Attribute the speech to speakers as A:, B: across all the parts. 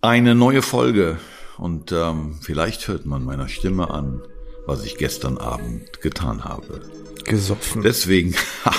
A: Eine neue Folge und vielleicht hört man meiner Stimme an, was ich gestern Abend getan habe.
B: Gesoffen.
A: Deswegen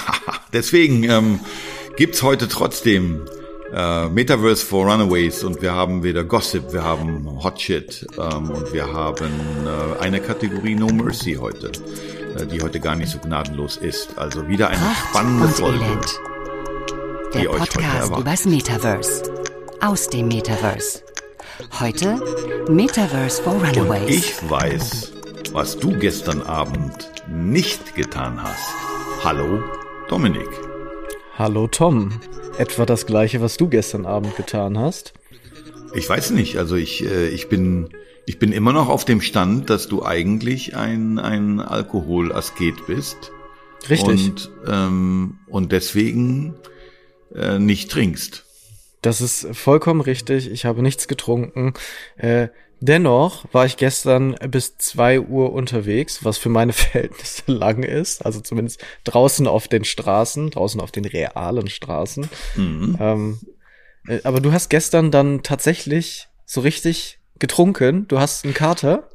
A: gibt's heute trotzdem Metaverse for Runaways und wir haben wieder Gossip, wir haben Hot Shit und wir haben eine Kategorie No Mercy heute, die heute gar nicht so gnadenlos ist. Also wieder eine
C: Pracht
A: spannende
C: und
A: Folge.
C: Elend. Der
A: die euch heute
C: Podcast
A: erwartet.
C: übers Metaverse. Aus dem Metaverse. Heute Metaverse for
A: Und
C: Runaways.
A: ich weiß, was du gestern Abend nicht getan hast. Hallo, Dominik.
B: Hallo Tom. Etwa das gleiche, was du gestern Abend getan hast?
A: Ich weiß nicht, also ich bin immer noch auf dem Stand, dass du eigentlich ein Alkoholasket bist.
B: Richtig.
A: Und deswegen nicht trinkst.
B: Das ist vollkommen richtig. Ich habe nichts getrunken. Dennoch war ich gestern bis 2 Uhr unterwegs, was für meine Verhältnisse lang ist. Also zumindest draußen auf den Straßen, draußen auf den realen Straßen.
A: Mhm.
B: Aber du hast gestern dann tatsächlich so richtig getrunken. Du hast einen Kater.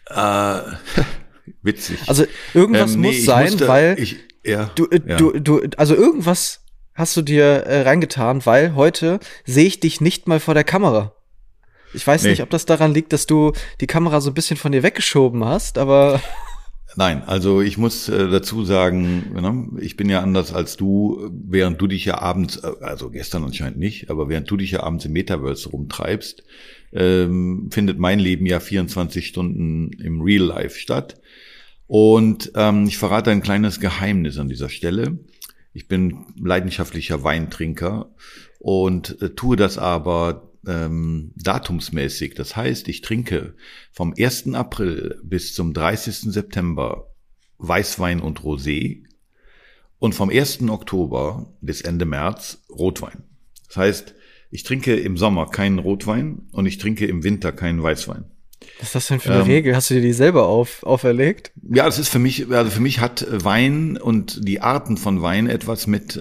A: Witzig.
B: Also irgendwas
A: Nee,
B: muss
A: ich
B: sein,
A: musste-
B: weil
A: ja.
B: also irgendwas hast du dir reingetan, weil heute sehe ich dich nicht mal vor der Kamera. Ich weiß nicht, ob das daran liegt, dass du die Kamera so ein bisschen von dir weggeschoben hast, aber
A: Nein, also ich muss dazu sagen, ne, ich bin ja anders als du, während du dich ja abends, also gestern anscheinend nicht, aber während du dich ja abends im Metaverse rumtreibst, findet mein Leben ja 24 Stunden im Real Life statt. Und ich verrate ein kleines Geheimnis an dieser Stelle. Ich bin leidenschaftlicher Weintrinker und tue das aber datumsmäßig. Das heißt, ich trinke vom 1. April bis zum 30. September Weißwein und Rosé und vom 1. Oktober bis Ende März Rotwein. Das heißt, ich trinke im Sommer keinen Rotwein und ich trinke im Winter keinen Weißwein.
B: was ist das denn für eine Regel? Hast du dir die selber auferlegt?
A: Ja, das ist für mich hat Wein und die Arten von Wein etwas mit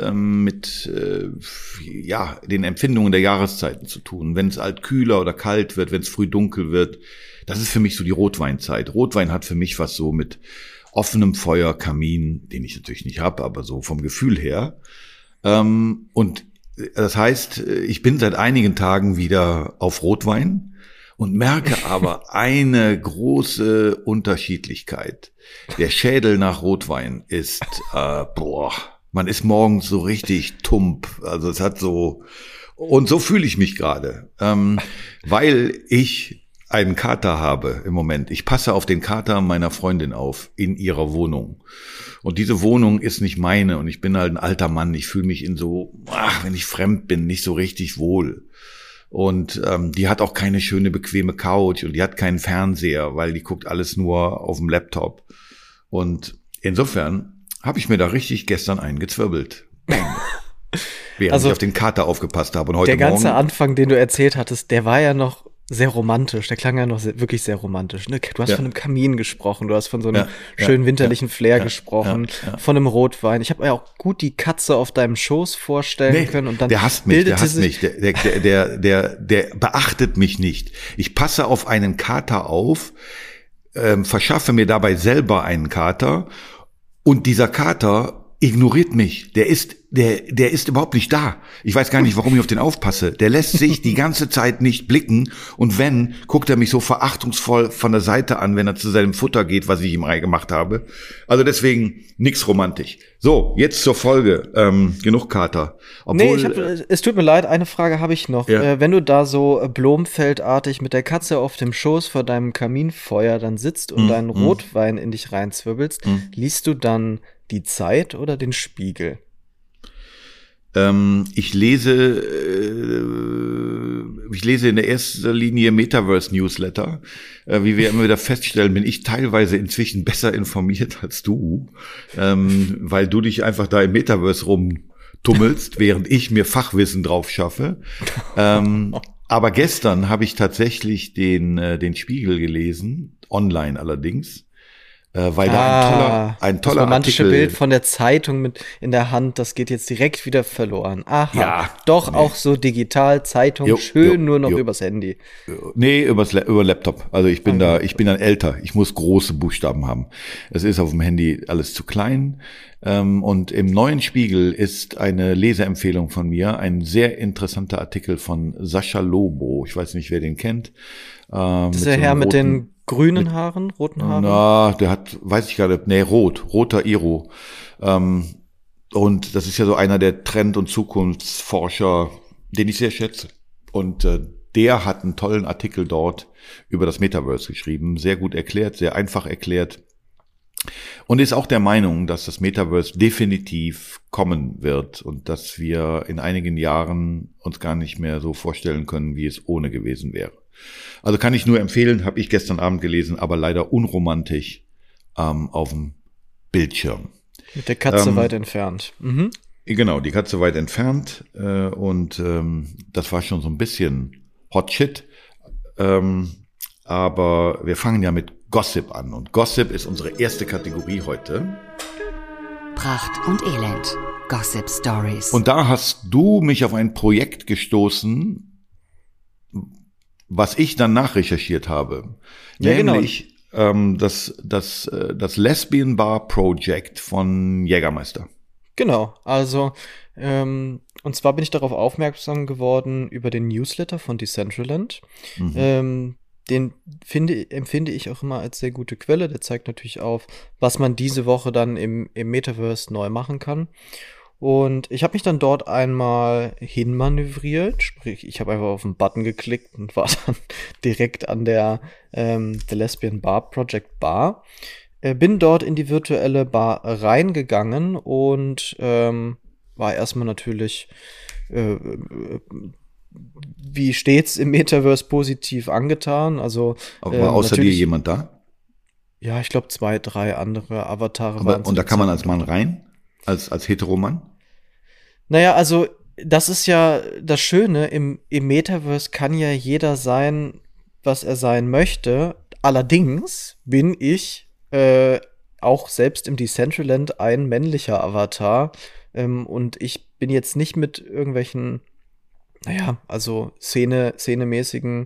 A: den Empfindungen der Jahreszeiten zu tun. Wenn es halt kühler oder kalt wird, wenn es früh dunkel wird, das ist für mich so die Rotweinzeit. Rotwein hat für mich was so mit offenem Feuer, Kamin, den ich natürlich nicht habe, aber so vom Gefühl her. Und das heißt, ich bin seit einigen Tagen wieder auf Rotwein. Und merke aber eine große Unterschiedlichkeit. Der Schädel nach Rotwein ist, man ist morgens so richtig tump. Also es hat so, und so fühle ich mich gerade, weil ich einen Kater habe im Moment. Ich passe auf den Kater meiner Freundin auf in ihrer Wohnung. Und diese Wohnung ist nicht meine und ich bin halt ein alter Mann. Ich fühle mich wenn ich fremd bin, nicht so richtig wohl. Und die hat auch keine schöne, bequeme Couch und die hat keinen Fernseher, weil die guckt alles nur auf dem Laptop. Und insofern habe ich mir da richtig gestern eingezwirbelt. Bang. Während ich auf den Kater aufgepasst habe. Und heute
B: Der ganze
A: Morgen,
B: Anfang, den du erzählt hattest, der war ja noch sehr romantisch. Der klang ja noch wirklich sehr romantisch. Ne? Du hast von einem Kamin gesprochen, du hast von so einem schönen winterlichen Flair gesprochen, von einem Rotwein. Ich habe ja auch gut die Katze auf deinem Schoß vorstellen können. Und dann
A: der hasst mich. Der beachtet mich nicht. Ich passe auf einen Kater auf, verschaffe mir dabei selber einen Kater und dieser Kater ignoriert mich. Der ist überhaupt nicht da. Ich weiß gar nicht, warum ich auf den aufpasse. Der lässt sich die ganze Zeit nicht blicken und wenn, guckt er mich so verachtungsvoll von der Seite an, wenn er zu seinem Futter geht, was ich ihm reingemacht habe. Also deswegen nix romantisch. So, jetzt zur Folge. Genug Kater.
B: Es tut mir leid, eine Frage habe ich noch.
A: Ja.
B: Wenn du da so Blomfeldartig mit der Katze auf dem Schoß vor deinem Kaminfeuer dann sitzt und deinen Rotwein in dich reinzwirbelst, liest du dann die Zeit oder den Spiegel?
A: Ich lese in der ersten Linie Metaverse Newsletter. Wie wir immer wieder feststellen, bin ich teilweise inzwischen besser informiert als du, weil du dich einfach da im Metaverse rumtummelst, während ich mir Fachwissen drauf schaffe. Aber gestern habe ich tatsächlich den Spiegel gelesen, online allerdings. weil da ein toller
B: das romantische
A: Artikel,
B: Bild von der Zeitung mit in der Hand, das geht jetzt direkt wieder verloren. Aha,
A: ja,
B: doch
A: nee.
B: auch so digital, Zeitung,
A: Jo,
B: schön
A: jo,
B: nur noch
A: jo.
B: übers Handy.
A: Nee, über Laptop. Also ich bin dann älter. Ich muss große Buchstaben haben. Es ist auf dem Handy alles zu klein. Und im neuen Spiegel ist eine Leseempfehlung von mir, ein sehr interessanter Artikel von Sascha Lobo. Ich weiß nicht, wer den kennt.
B: Das ist der Herr mit den grünen Haaren, roten Haaren?
A: Na, der hat, weiß ich gar nicht, nee, roter Iro. Und das ist ja so einer der Trend- und Zukunftsforscher, den ich sehr schätze. Und der hat einen tollen Artikel dort über das Metaverse geschrieben, sehr gut erklärt, sehr einfach erklärt. Und ist auch der Meinung, dass das Metaverse definitiv kommen wird und dass wir in einigen Jahren uns gar nicht mehr so vorstellen können, wie es ohne gewesen wäre. Also kann ich nur empfehlen, habe ich gestern Abend gelesen, aber leider unromantisch auf dem Bildschirm.
B: Mit der Katze weit entfernt. Mhm.
A: Genau, die Katze weit entfernt und das war schon so ein bisschen Hot Shit. Aber wir fangen ja mit Gossip an und Gossip ist unsere erste Kategorie heute.
C: Pracht und Elend. Gossip Stories.
A: Und da hast du mich auf ein Projekt gestoßen, was ich dann nachrecherchiert habe.
B: Ja,
A: nämlich das Lesbian Bar Project von Jägermeister.
B: Genau, also und zwar bin ich darauf aufmerksam geworden über den Newsletter von Decentraland. Den empfinde ich auch immer als sehr gute Quelle. Der zeigt natürlich auf, was man diese Woche dann im Metaverse neu machen kann. Und ich habe mich dann dort einmal hinmanövriert, sprich, ich habe einfach auf den Button geklickt und war dann direkt an der The Lesbian Bar Project Bar. Bin dort in die virtuelle Bar reingegangen und war erstmal natürlich wie stets im Metaverse positiv angetan. Also
A: Aber war außer dir jemand da?
B: Ja, ich glaube 2, 3 andere Avatare
A: waren. Und da kann man als Mann rein? Als Heteromann?
B: Naja, also das ist ja das Schöne, im Metaverse kann ja jeder sein, was er sein möchte. Allerdings bin ich auch selbst im Decentraland ein männlicher Avatar und ich bin jetzt nicht mit irgendwelchen, also szenemäßigen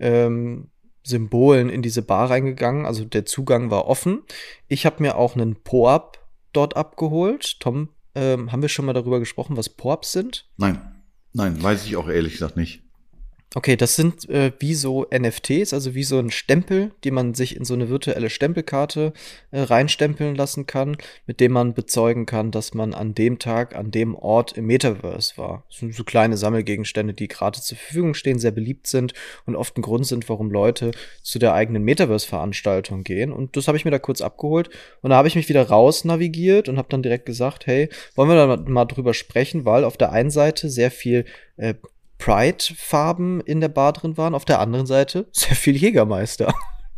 B: Symbolen in diese Bar reingegangen. Also der Zugang war offen. Ich habe mir auch einen Po-Up dort abgeholt. Tom, haben wir schon mal darüber gesprochen, was Po-Ups sind?
A: Nein, weiß ich auch ehrlich gesagt nicht.
B: Okay, das sind wie so NFTs, also wie so ein Stempel, die man sich in so eine virtuelle Stempelkarte reinstempeln lassen kann, mit dem man bezeugen kann, dass man an dem Tag, an dem Ort im Metaverse war. Das sind so kleine Sammelgegenstände, die gratis zur Verfügung stehen, sehr beliebt sind und oft ein Grund sind, warum Leute zu der eigenen Metaverse-Veranstaltung gehen. Und das habe ich mir da kurz abgeholt und da habe ich mich wieder raus navigiert und habe dann direkt gesagt, hey, wollen wir da mal drüber sprechen, weil auf der einen Seite sehr viel Pride-Farben in der Bar drin waren, auf der anderen Seite sehr viel Jägermeister.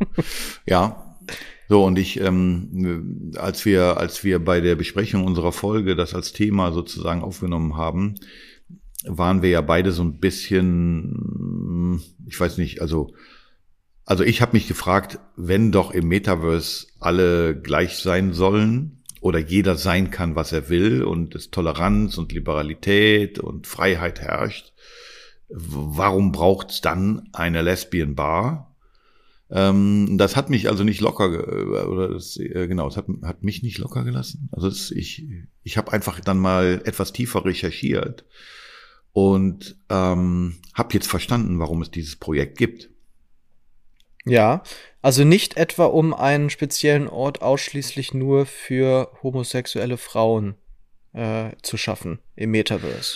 A: Ja, so und ich, als wir bei der Besprechung unserer Folge das als Thema sozusagen aufgenommen haben, waren wir ja beide so ein bisschen, ich weiß nicht, also ich habe mich gefragt, wenn doch im Metaverse alle gleich sein sollen oder jeder sein kann, was er will und es Toleranz und Liberalität und Freiheit herrscht, warum braucht's dann eine Lesbian Bar? Das hat mich also nicht locker, es hat mich nicht locker gelassen. Also ich habe einfach dann mal etwas tiefer recherchiert und habe jetzt verstanden, warum es dieses Projekt gibt.
B: Ja, also nicht etwa um einen speziellen Ort ausschließlich nur für homosexuelle Frauen zu schaffen im Metaverse.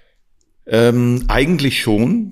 A: Eigentlich schon,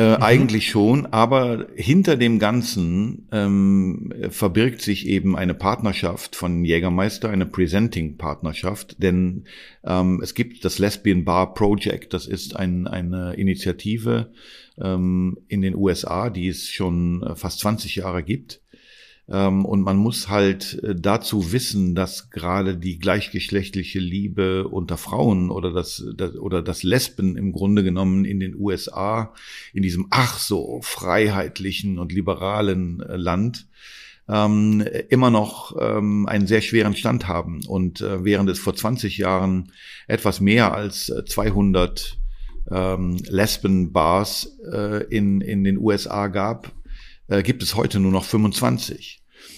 A: aber hinter dem Ganzen verbirgt sich eben eine Partnerschaft von Jägermeister, eine Presenting-Partnerschaft, denn es gibt das Lesbian Bar Project, das ist eine Initiative in den USA, die es schon fast 20 Jahre gibt. Und man muss halt dazu wissen, dass gerade die gleichgeschlechtliche Liebe unter Frauen oder das Lesben im Grunde genommen in den USA, in diesem ach so freiheitlichen und liberalen Land, immer noch einen sehr schweren Stand haben. Und während es vor 20 Jahren etwas mehr als 200 Lesben-Bars in den USA gab, gibt es heute nur noch 25.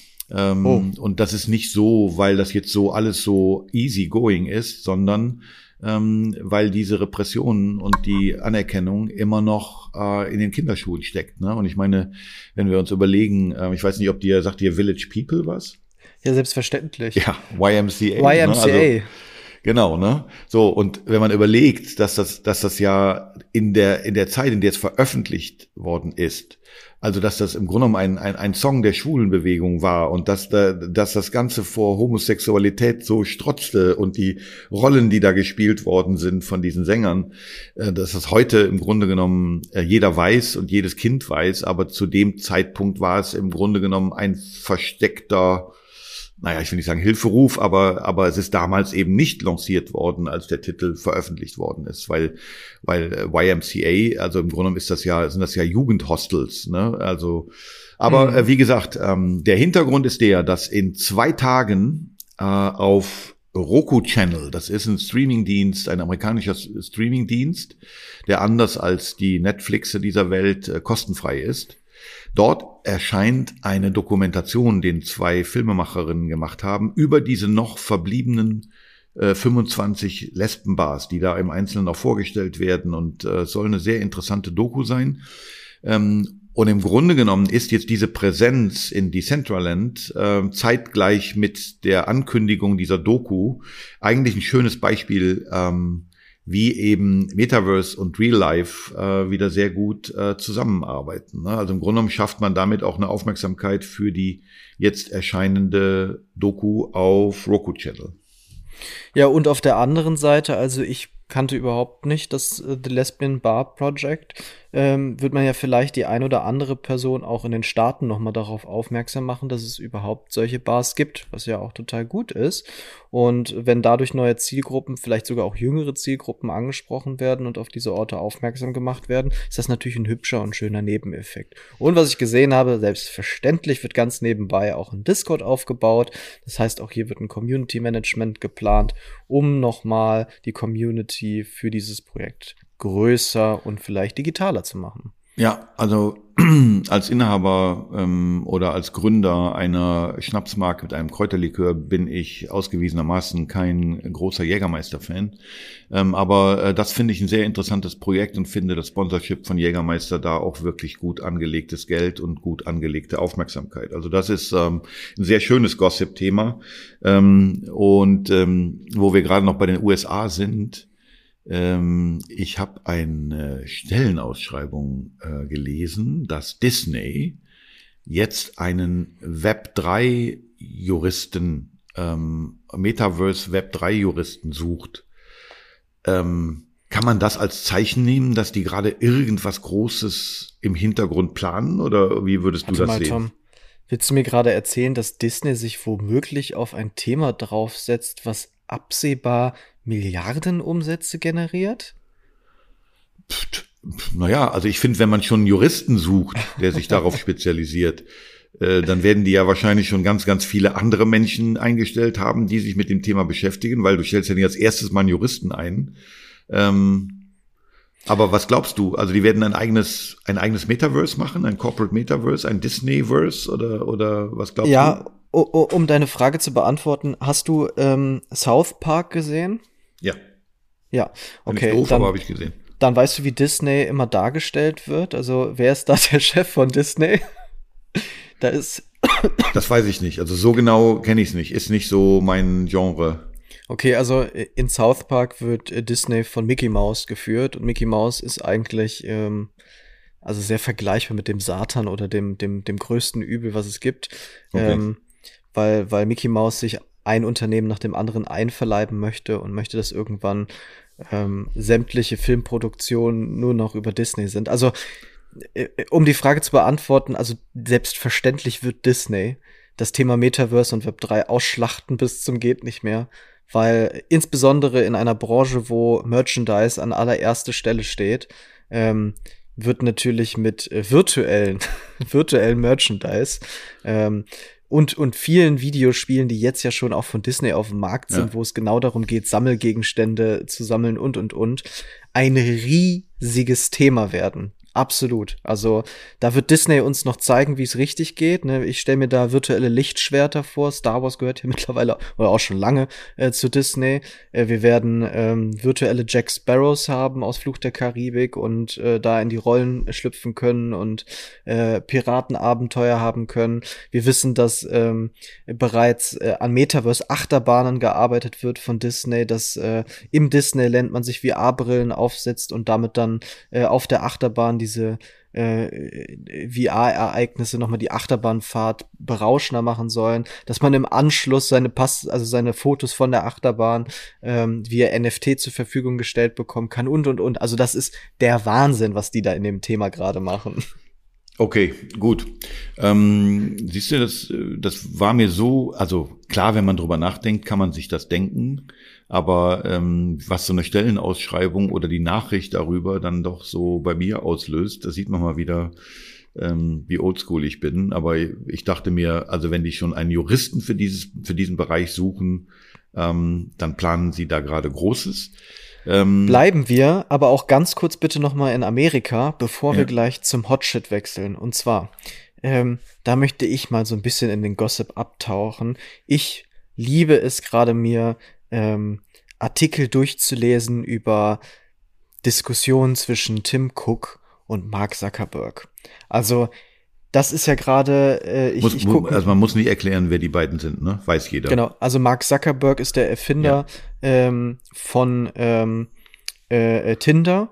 A: Und das ist nicht so, weil das jetzt so alles so easy going ist, sondern weil diese Repressionen und die Anerkennung immer noch in den Kinderschuhen steckt. Ne? Und ich meine, wenn wir uns überlegen, ich weiß nicht, sagt dir Village People was?
B: Ja, selbstverständlich.
A: Ja, YMCA.
B: YMCA.
A: Ne? Also, genau, ne? So, und wenn man überlegt, dass das ja in der Zeit, in der es veröffentlicht worden ist, also dass das im Grunde genommen ein Song der Schwulenbewegung war und dass das Ganze vor Homosexualität so strotzte und die Rollen, die da gespielt worden sind von diesen Sängern, dass das heute im Grunde genommen jeder weiß und jedes Kind weiß, aber zu dem Zeitpunkt war es im Grunde genommen ein versteckter, naja, ich will nicht sagen Hilferuf, aber es ist damals eben nicht lanciert worden, als der Titel veröffentlicht worden ist, weil YMCA, also im Grunde genommen sind das ja Jugendhostels, ne? Also, aber wie gesagt, der Hintergrund ist dass in 2 Tagen auf Roku Channel, das ist ein Streamingdienst, ein amerikanischer Streamingdienst, der anders als die Netflixe dieser Welt kostenfrei ist. Dort erscheint eine Dokumentation, den 2 Filmemacherinnen gemacht haben, über diese noch verbliebenen 25 Lesbenbars, die da im Einzelnen auch vorgestellt werden, und soll eine sehr interessante Doku sein. Und im Grunde genommen ist jetzt diese Präsenz in Decentraland zeitgleich mit der Ankündigung dieser Doku eigentlich ein schönes Beispiel, wie eben Metaverse und Real Life wieder sehr gut zusammenarbeiten. Ne? Also im Grunde genommen schafft man damit auch eine Aufmerksamkeit für die jetzt erscheinende Doku auf Roku Channel.
B: Ja, und auf der anderen Seite, also ich kannte überhaupt nicht das The Lesbian Bar Project, wird man ja vielleicht die ein oder andere Person auch in den Staaten nochmal darauf aufmerksam machen, dass es überhaupt solche Bars gibt, was ja auch total gut ist. Und wenn dadurch neue Zielgruppen, vielleicht sogar auch jüngere Zielgruppen angesprochen werden und auf diese Orte aufmerksam gemacht werden, ist das natürlich ein hübscher und schöner Nebeneffekt. Und was ich gesehen habe, selbstverständlich wird ganz nebenbei auch ein Discord aufgebaut. Das heißt, auch hier wird ein Community Management geplant, um nochmal die Community für dieses Projekt größer und vielleicht digitaler zu machen.
A: Ja, also als Inhaber oder als Gründer einer Schnapsmarke mit einem Kräuterlikör bin ich ausgewiesenermaßen kein großer Jägermeister-Fan. Aber das finde ich ein sehr interessantes Projekt und finde das Sponsorship von Jägermeister da auch wirklich gut angelegtes Geld und gut angelegte Aufmerksamkeit. Also das ist ein sehr schönes Gossip-Thema. Und wo wir gerade noch bei den USA sind, ich habe eine Stellenausschreibung gelesen, dass Disney jetzt einen Web3-Juristen, Metaverse Web3-Juristen sucht. Kann man das als Zeichen nehmen, dass die gerade irgendwas Großes im Hintergrund planen, oder wie würdest du das sehen?
B: Tom, willst du mir gerade erzählen, dass Disney sich womöglich auf ein Thema draufsetzt, was absehbar Milliardenumsätze generiert?
A: Naja, also ich finde, wenn man schon einen Juristen sucht, der sich darauf spezialisiert, dann werden die ja wahrscheinlich schon ganz, ganz viele andere Menschen eingestellt haben, die sich mit dem Thema beschäftigen, weil du stellst ja nicht als erstes mal einen Juristen ein. Aber was glaubst du? Also die werden ein eigenes Metaverse machen, ein Corporate Metaverse, ein Disneyverse oder was glaubst du?
B: Ja, um deine Frage zu beantworten, hast du South Park gesehen?
A: Ja.
B: Ja, okay.
A: Doof, aber habe ich gesehen.
B: Dann weißt du, wie Disney immer dargestellt wird? Also wer ist da der Chef von Disney? Da ist...
A: Das weiß ich nicht. Also so genau kenne ich es nicht. Ist nicht so mein Genre.
B: Okay, also in South Park wird Disney von Mickey Mouse geführt. Und Mickey Mouse ist eigentlich also sehr vergleichbar mit dem Satan oder dem größten Übel, was es gibt. Okay. Weil Mickey Mouse sich ein Unternehmen nach dem anderen einverleiben möchte und möchte, dass irgendwann sämtliche Filmproduktionen nur noch über Disney sind. Also, um die Frage zu beantworten, also selbstverständlich wird Disney das Thema Metaverse und Web3 ausschlachten bis zum geht nicht mehr, weil insbesondere in einer Branche, wo Merchandise an allererster Stelle steht, wird natürlich mit virtuellen Merchandise und vielen Videospielen, die jetzt ja schon auch von Disney auf dem Markt sind, wo es genau darum geht, Sammelgegenstände zu sammeln und, ein riesiges Thema werden. Absolut. Also da wird Disney uns noch zeigen, wie es richtig geht. Ne? Ich stelle mir da virtuelle Lichtschwerter vor. Star Wars gehört ja mittlerweile oder auch schon lange zu Disney. Wir werden virtuelle Jack Sparrows haben aus Fluch der Karibik und da in die Rollen schlüpfen können und Piratenabenteuer haben können. Wir wissen, dass bereits an Metaverse-Achterbahnen gearbeitet wird von Disney, dass im Disneyland man sich VR-Brillen aufsetzt und damit dann auf der Achterbahn diese VR-Ereignisse nochmal die Achterbahnfahrt berauschender machen sollen, dass man im Anschluss seine Fotos von der Achterbahn via NFT zur Verfügung gestellt bekommen kann und. Also das ist der Wahnsinn, was die da in dem Thema gerade machen.
A: Okay, gut. Siehst du, das war mir so, also klar, wenn man drüber nachdenkt, kann man sich das denken, aber was so eine Stellenausschreibung oder die Nachricht darüber dann doch so bei mir auslöst, da sieht man mal wieder, wie oldschool ich bin. Aber ich dachte mir, also wenn die schon einen Juristen für diesen Bereich suchen, dann planen sie da gerade Großes.
B: Bleiben wir aber auch ganz kurz bitte noch mal in Amerika, bevor wir gleich zum Hotshit wechseln. Und zwar, da möchte ich mal so ein bisschen in den Gossip abtauchen. Ich liebe es gerade mir, Artikel durchzulesen über Diskussionen zwischen Tim Cook und Mark Zuckerberg. Also das ist ja gerade,
A: also man muss nicht erklären, wer die beiden sind, ne? Weiß jeder.
B: Genau, also Mark Zuckerberg ist der Erfinder von Tinder.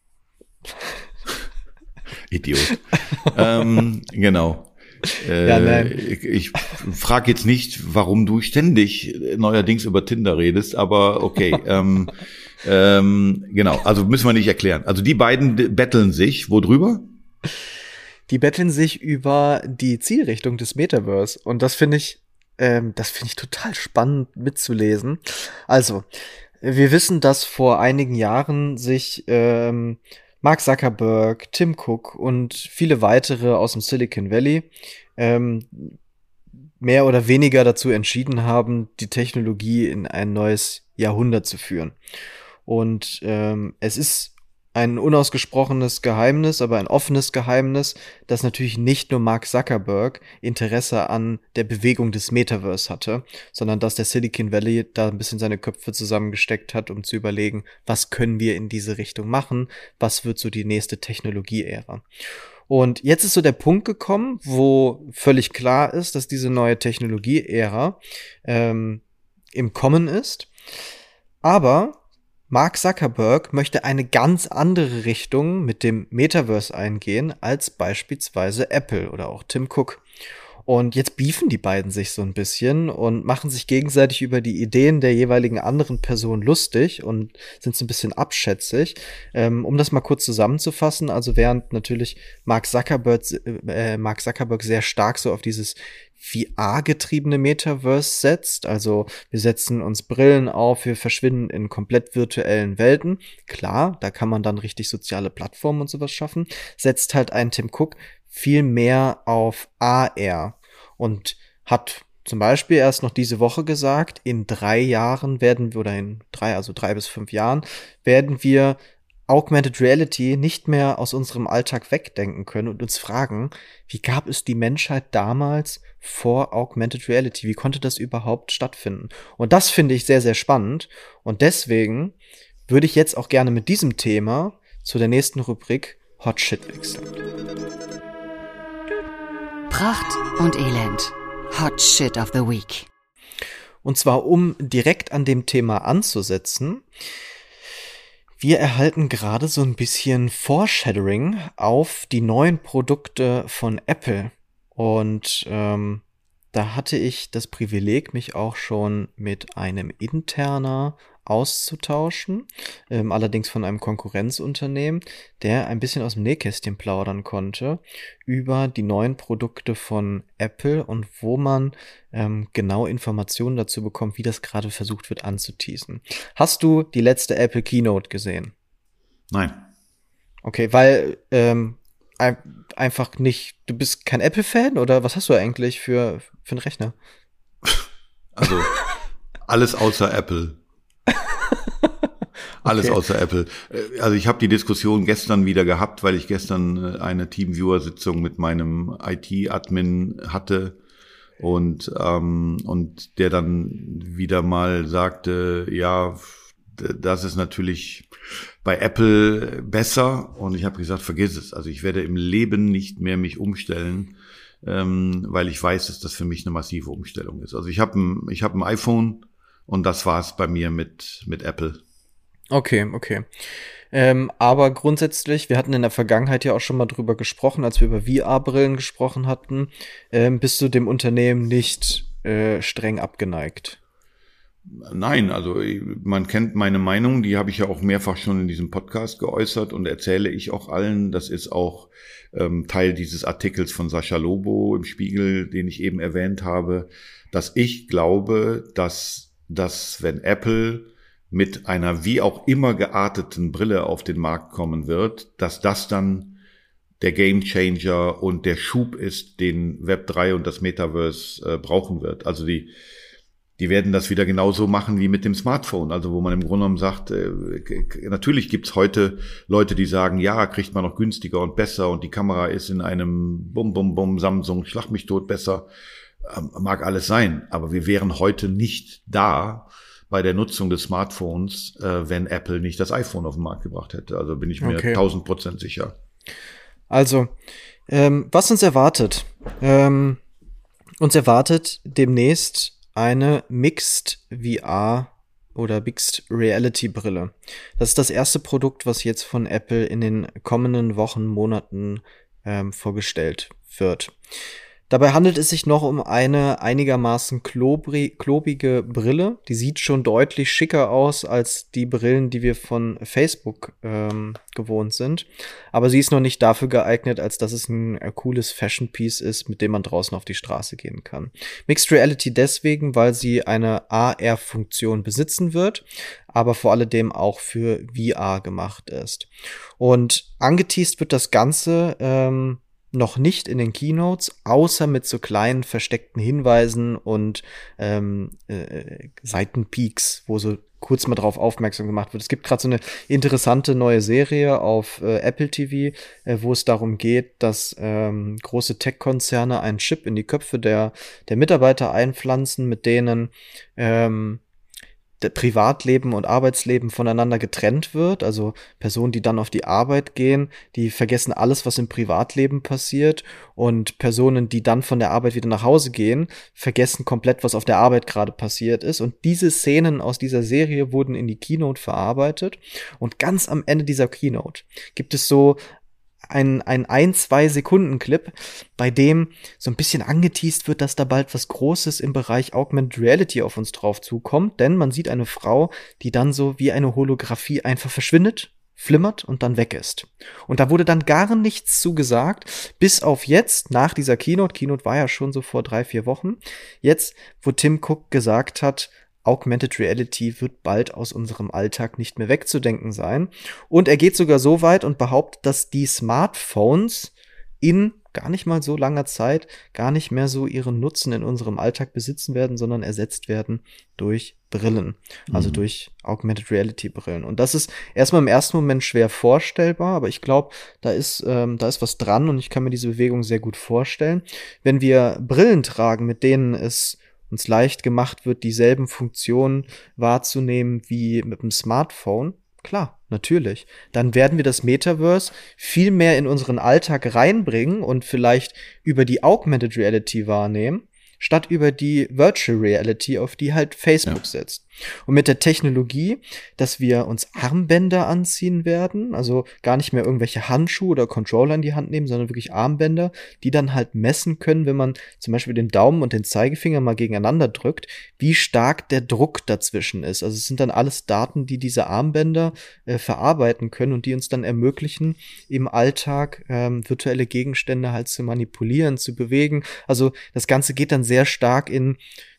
A: Idiot. Genau. Ich frage jetzt nicht, warum du ständig neuerdings über Tinder redest, aber okay. Genau, also müssen wir nicht erklären. Also die beiden betteln sich, worüber?
B: Die betteln sich über die Zielrichtung des Metaverse. Und das finde ich total spannend mitzulesen. Also, wir wissen, dass vor einigen Jahren sich Mark Zuckerberg, Tim Cook und viele weitere aus dem Silicon Valley mehr oder weniger dazu entschieden haben, die Technologie in ein neues Jahrhundert zu führen. Und es ist ein unausgesprochenes Geheimnis, aber ein offenes Geheimnis, dass natürlich nicht nur Mark Zuckerberg Interesse an der Bewegung des Metaverse hatte, sondern dass der Silicon Valley da ein bisschen seine Köpfe zusammengesteckt hat, um zu überlegen, was können wir in diese Richtung machen, was wird so die nächste Technologie-Ära. Und jetzt ist so der Punkt gekommen, wo völlig klar ist, dass diese neue Technologie-Ära im Kommen ist, aber Mark Zuckerberg möchte eine ganz andere Richtung mit dem Metaverse eingehen als beispielsweise Apple oder auch Tim Cook. Und jetzt beefen die beiden sich so ein bisschen und machen sich gegenseitig über die Ideen der jeweiligen anderen Person lustig und sind so ein bisschen abschätzig. Um das mal kurz zusammenzufassen, also während natürlich Mark Zuckerberg sehr stark so auf dieses VR-getriebene Metaverse setzt, also wir setzen uns Brillen auf, wir verschwinden in komplett virtuellen Welten. Klar, da kann man dann richtig soziale Plattformen und sowas schaffen. Setzt halt ein Tim Cook viel mehr auf AR und hat zum Beispiel erst noch diese Woche gesagt, in 3 Jahren werden wir, oder in 3 bis 5 Jahren, werden wir Augmented Reality nicht mehr aus unserem Alltag wegdenken können und uns fragen, wie gab es die Menschheit damals vor Augmented Reality? Wie konnte das überhaupt stattfinden? Und das finde ich sehr, sehr spannend. Und deswegen würde ich jetzt auch gerne mit diesem Thema zu der nächsten Rubrik Hot Shit wechseln.
C: Pracht und Elend. Hot Shit of the Week.
B: Und zwar, um direkt an dem Thema anzusetzen, wir erhalten gerade so ein bisschen Foreshadowing auf die neuen Produkte von Apple. Und da hatte ich das Privileg, mich auch schon mit einem Interner auszutauschen, allerdings von einem Konkurrenzunternehmen, der ein bisschen aus dem Nähkästchen plaudern konnte über die neuen Produkte von Apple und wo man genau Informationen dazu bekommt, wie das gerade versucht wird anzuteasen. Hast du die letzte Apple Keynote gesehen?
A: Nein.
B: Okay, weil einfach nicht, du bist kein Apple-Fan oder was hast du eigentlich für einen Rechner?
A: Also alles außer Apple. Alles
B: Okay.
A: außer Apple. Also ich habe die Diskussion gestern wieder gehabt, weil ich gestern eine Teamviewer-Sitzung mit meinem IT-Admin hatte und der dann wieder mal sagte, ja, das ist natürlich bei Apple besser. Und ich habe gesagt, vergiss es. Also ich werde im Leben nicht mehr mich umstellen, weil ich weiß, dass das für mich eine massive Umstellung ist. Also ich hab ein iPhone und das war's bei mir mit Apple.
B: Okay. Aber grundsätzlich, wir hatten in der Vergangenheit ja auch schon mal drüber gesprochen, als wir über VR-Brillen gesprochen hatten, bist du dem Unternehmen nicht streng abgeneigt?
A: Nein, also man kennt meine Meinung, die habe ich ja auch mehrfach schon in diesem Podcast geäußert und erzähle ich auch allen. Das ist auch Teil dieses Artikels von Sascha Lobo im Spiegel, den ich eben erwähnt habe, dass ich glaube, dass wenn Apple mit einer wie auch immer gearteten Brille auf den Markt kommen wird, dass das dann der Gamechanger und der Schub ist, den Web3 und das Metaverse brauchen wird. Also die werden das wieder genauso machen wie mit dem Smartphone. Also wo man im Grunde genommen sagt, natürlich gibt's heute Leute, die sagen, ja, kriegt man noch günstiger und besser und die Kamera ist in einem Samsung Schlag mich tot besser. Mag alles sein, aber wir wären heute nicht da bei der Nutzung des Smartphones, wenn Apple nicht das iPhone auf den Markt gebracht hätte. Also bin ich mir 1000% sicher.
B: Also, was uns erwartet? Uns erwartet demnächst eine Mixed VR oder Mixed Reality Brille. Das ist das erste Produkt, was jetzt von Apple in den kommenden Wochen, Monaten vorgestellt wird. Dabei handelt es sich noch um eine einigermaßen klobige Brille. Die sieht schon deutlich schicker aus als die Brillen, die wir von Facebook gewohnt sind. Aber sie ist noch nicht dafür geeignet, als dass es ein cooles Fashion-Piece ist, mit dem man draußen auf die Straße gehen kann. Mixed Reality deswegen, weil sie eine AR-Funktion besitzen wird, aber vor allem auch für VR gemacht ist. Und angeteast wird das Ganze noch nicht in den Keynotes, außer mit so kleinen versteckten Hinweisen und Seitenpeaks, wo so kurz mal drauf aufmerksam gemacht wird. Es gibt gerade so eine interessante neue Serie auf Apple TV, wo es darum geht, dass große Tech-Konzerne einen Chip in die Köpfe der Mitarbeiter einpflanzen, mit denen Privatleben und Arbeitsleben voneinander getrennt wird. Also Personen, die dann auf die Arbeit gehen, die vergessen alles, was im Privatleben passiert. Und Personen, die dann von der Arbeit wieder nach Hause gehen, vergessen komplett, was auf der Arbeit gerade passiert ist. Und diese Szenen aus dieser Serie wurden in die Keynote verarbeitet. Und ganz am Ende dieser Keynote gibt es so ein 2 Sekunden Clip, bei dem so ein bisschen angeteast wird, dass da bald was Großes im Bereich Augmented Reality auf uns drauf zukommt, denn man sieht eine Frau, die dann so wie eine Holographie einfach verschwindet, flimmert und dann weg ist. Und da wurde dann gar nichts zu gesagt, bis auf jetzt, nach dieser Keynote war ja schon so vor 3-4 Wochen, jetzt, wo Tim Cook gesagt hat, Augmented Reality wird bald aus unserem Alltag nicht mehr wegzudenken sein. Und er geht sogar so weit und behauptet, dass die Smartphones in gar nicht mal so langer Zeit gar nicht mehr so ihren Nutzen in unserem Alltag besitzen werden, sondern ersetzt werden durch Brillen, also durch Augmented Reality Brillen. Und das ist erstmal im ersten Moment schwer vorstellbar, aber ich glaube, da ist was dran und ich kann mir diese Bewegung sehr gut vorstellen. Wenn wir Brillen tragen, mit denen es uns leicht gemacht wird, dieselben Funktionen wahrzunehmen wie mit dem Smartphone, klar, natürlich. Dann werden wir das Metaverse viel mehr in unseren Alltag reinbringen und vielleicht über die Augmented Reality wahrnehmen, statt über die Virtual Reality, auf die halt Facebook setzt. Und mit der Technologie, dass wir uns Armbänder anziehen werden, also gar nicht mehr irgendwelche Handschuhe oder Controller in die Hand nehmen, sondern wirklich Armbänder, die dann halt messen können, wenn man zum Beispiel den Daumen und den Zeigefinger mal gegeneinander drückt, wie stark der Druck dazwischen ist. Also es sind dann alles Daten, die diese Armbänder verarbeiten können und die uns dann ermöglichen, im Alltag virtuelle Gegenstände halt zu manipulieren, zu bewegen. Also das Ganze geht dann sehr stark in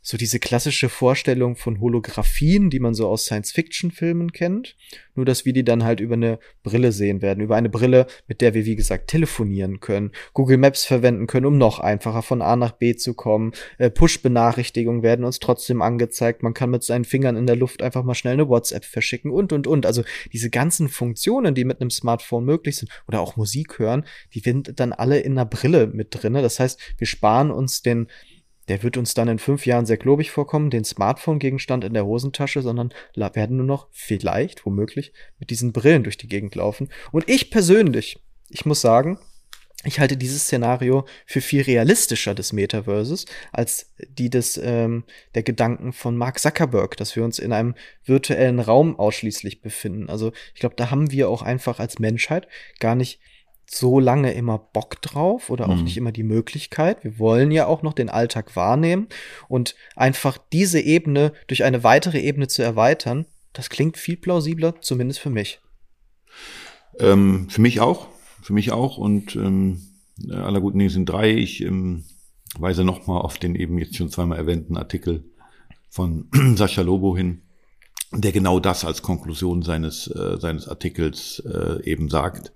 B: so diese klassische Vorstellung von Holographien, die man so aus Science-Fiction-Filmen kennt, nur dass wir die dann halt über eine Brille sehen werden, über eine Brille, mit der wir, wie gesagt, telefonieren können, Google Maps verwenden können, um noch einfacher von A nach B zu kommen, Push-Benachrichtigungen werden uns trotzdem angezeigt, man kann mit seinen Fingern in der Luft einfach mal schnell eine WhatsApp verschicken und. Also diese ganzen Funktionen, die mit einem Smartphone möglich sind, oder auch Musik hören, die sind dann alle in einer Brille mit drinne. Das heißt, wir sparen uns der wird uns dann in 5 Jahren sehr klobig vorkommen, den Smartphone-Gegenstand in der Hosentasche, sondern werden nur noch vielleicht, womöglich, mit diesen Brillen durch die Gegend laufen. Und ich persönlich, ich muss sagen, ich halte dieses Szenario für viel realistischer des Metaverses als die der Gedanken von Mark Zuckerberg, dass wir uns in einem virtuellen Raum ausschließlich befinden. Also ich glaube, da haben wir auch einfach als Menschheit gar nicht so lange immer Bock drauf oder auch nicht immer die Möglichkeit. Wir wollen ja auch noch den Alltag wahrnehmen und einfach diese Ebene durch eine weitere Ebene zu erweitern, das klingt viel plausibler, zumindest für mich.
A: Für mich auch und aller guten Dinge sind 3. Ich weise nochmal auf den eben jetzt schon zweimal erwähnten Artikel von Sascha Lobo hin, der genau das als Konklusion seines Artikels eben sagt.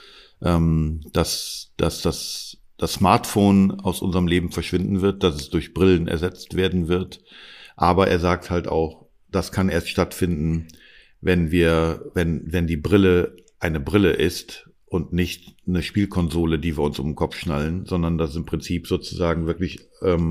A: Dass das Smartphone aus unserem Leben verschwinden wird, dass es durch Brillen ersetzt werden wird. Aber er sagt halt auch, das kann erst stattfinden, wenn die Brille eine Brille ist und nicht eine Spielkonsole, die wir uns um den Kopf schnallen, sondern dass im Prinzip sozusagen wirklich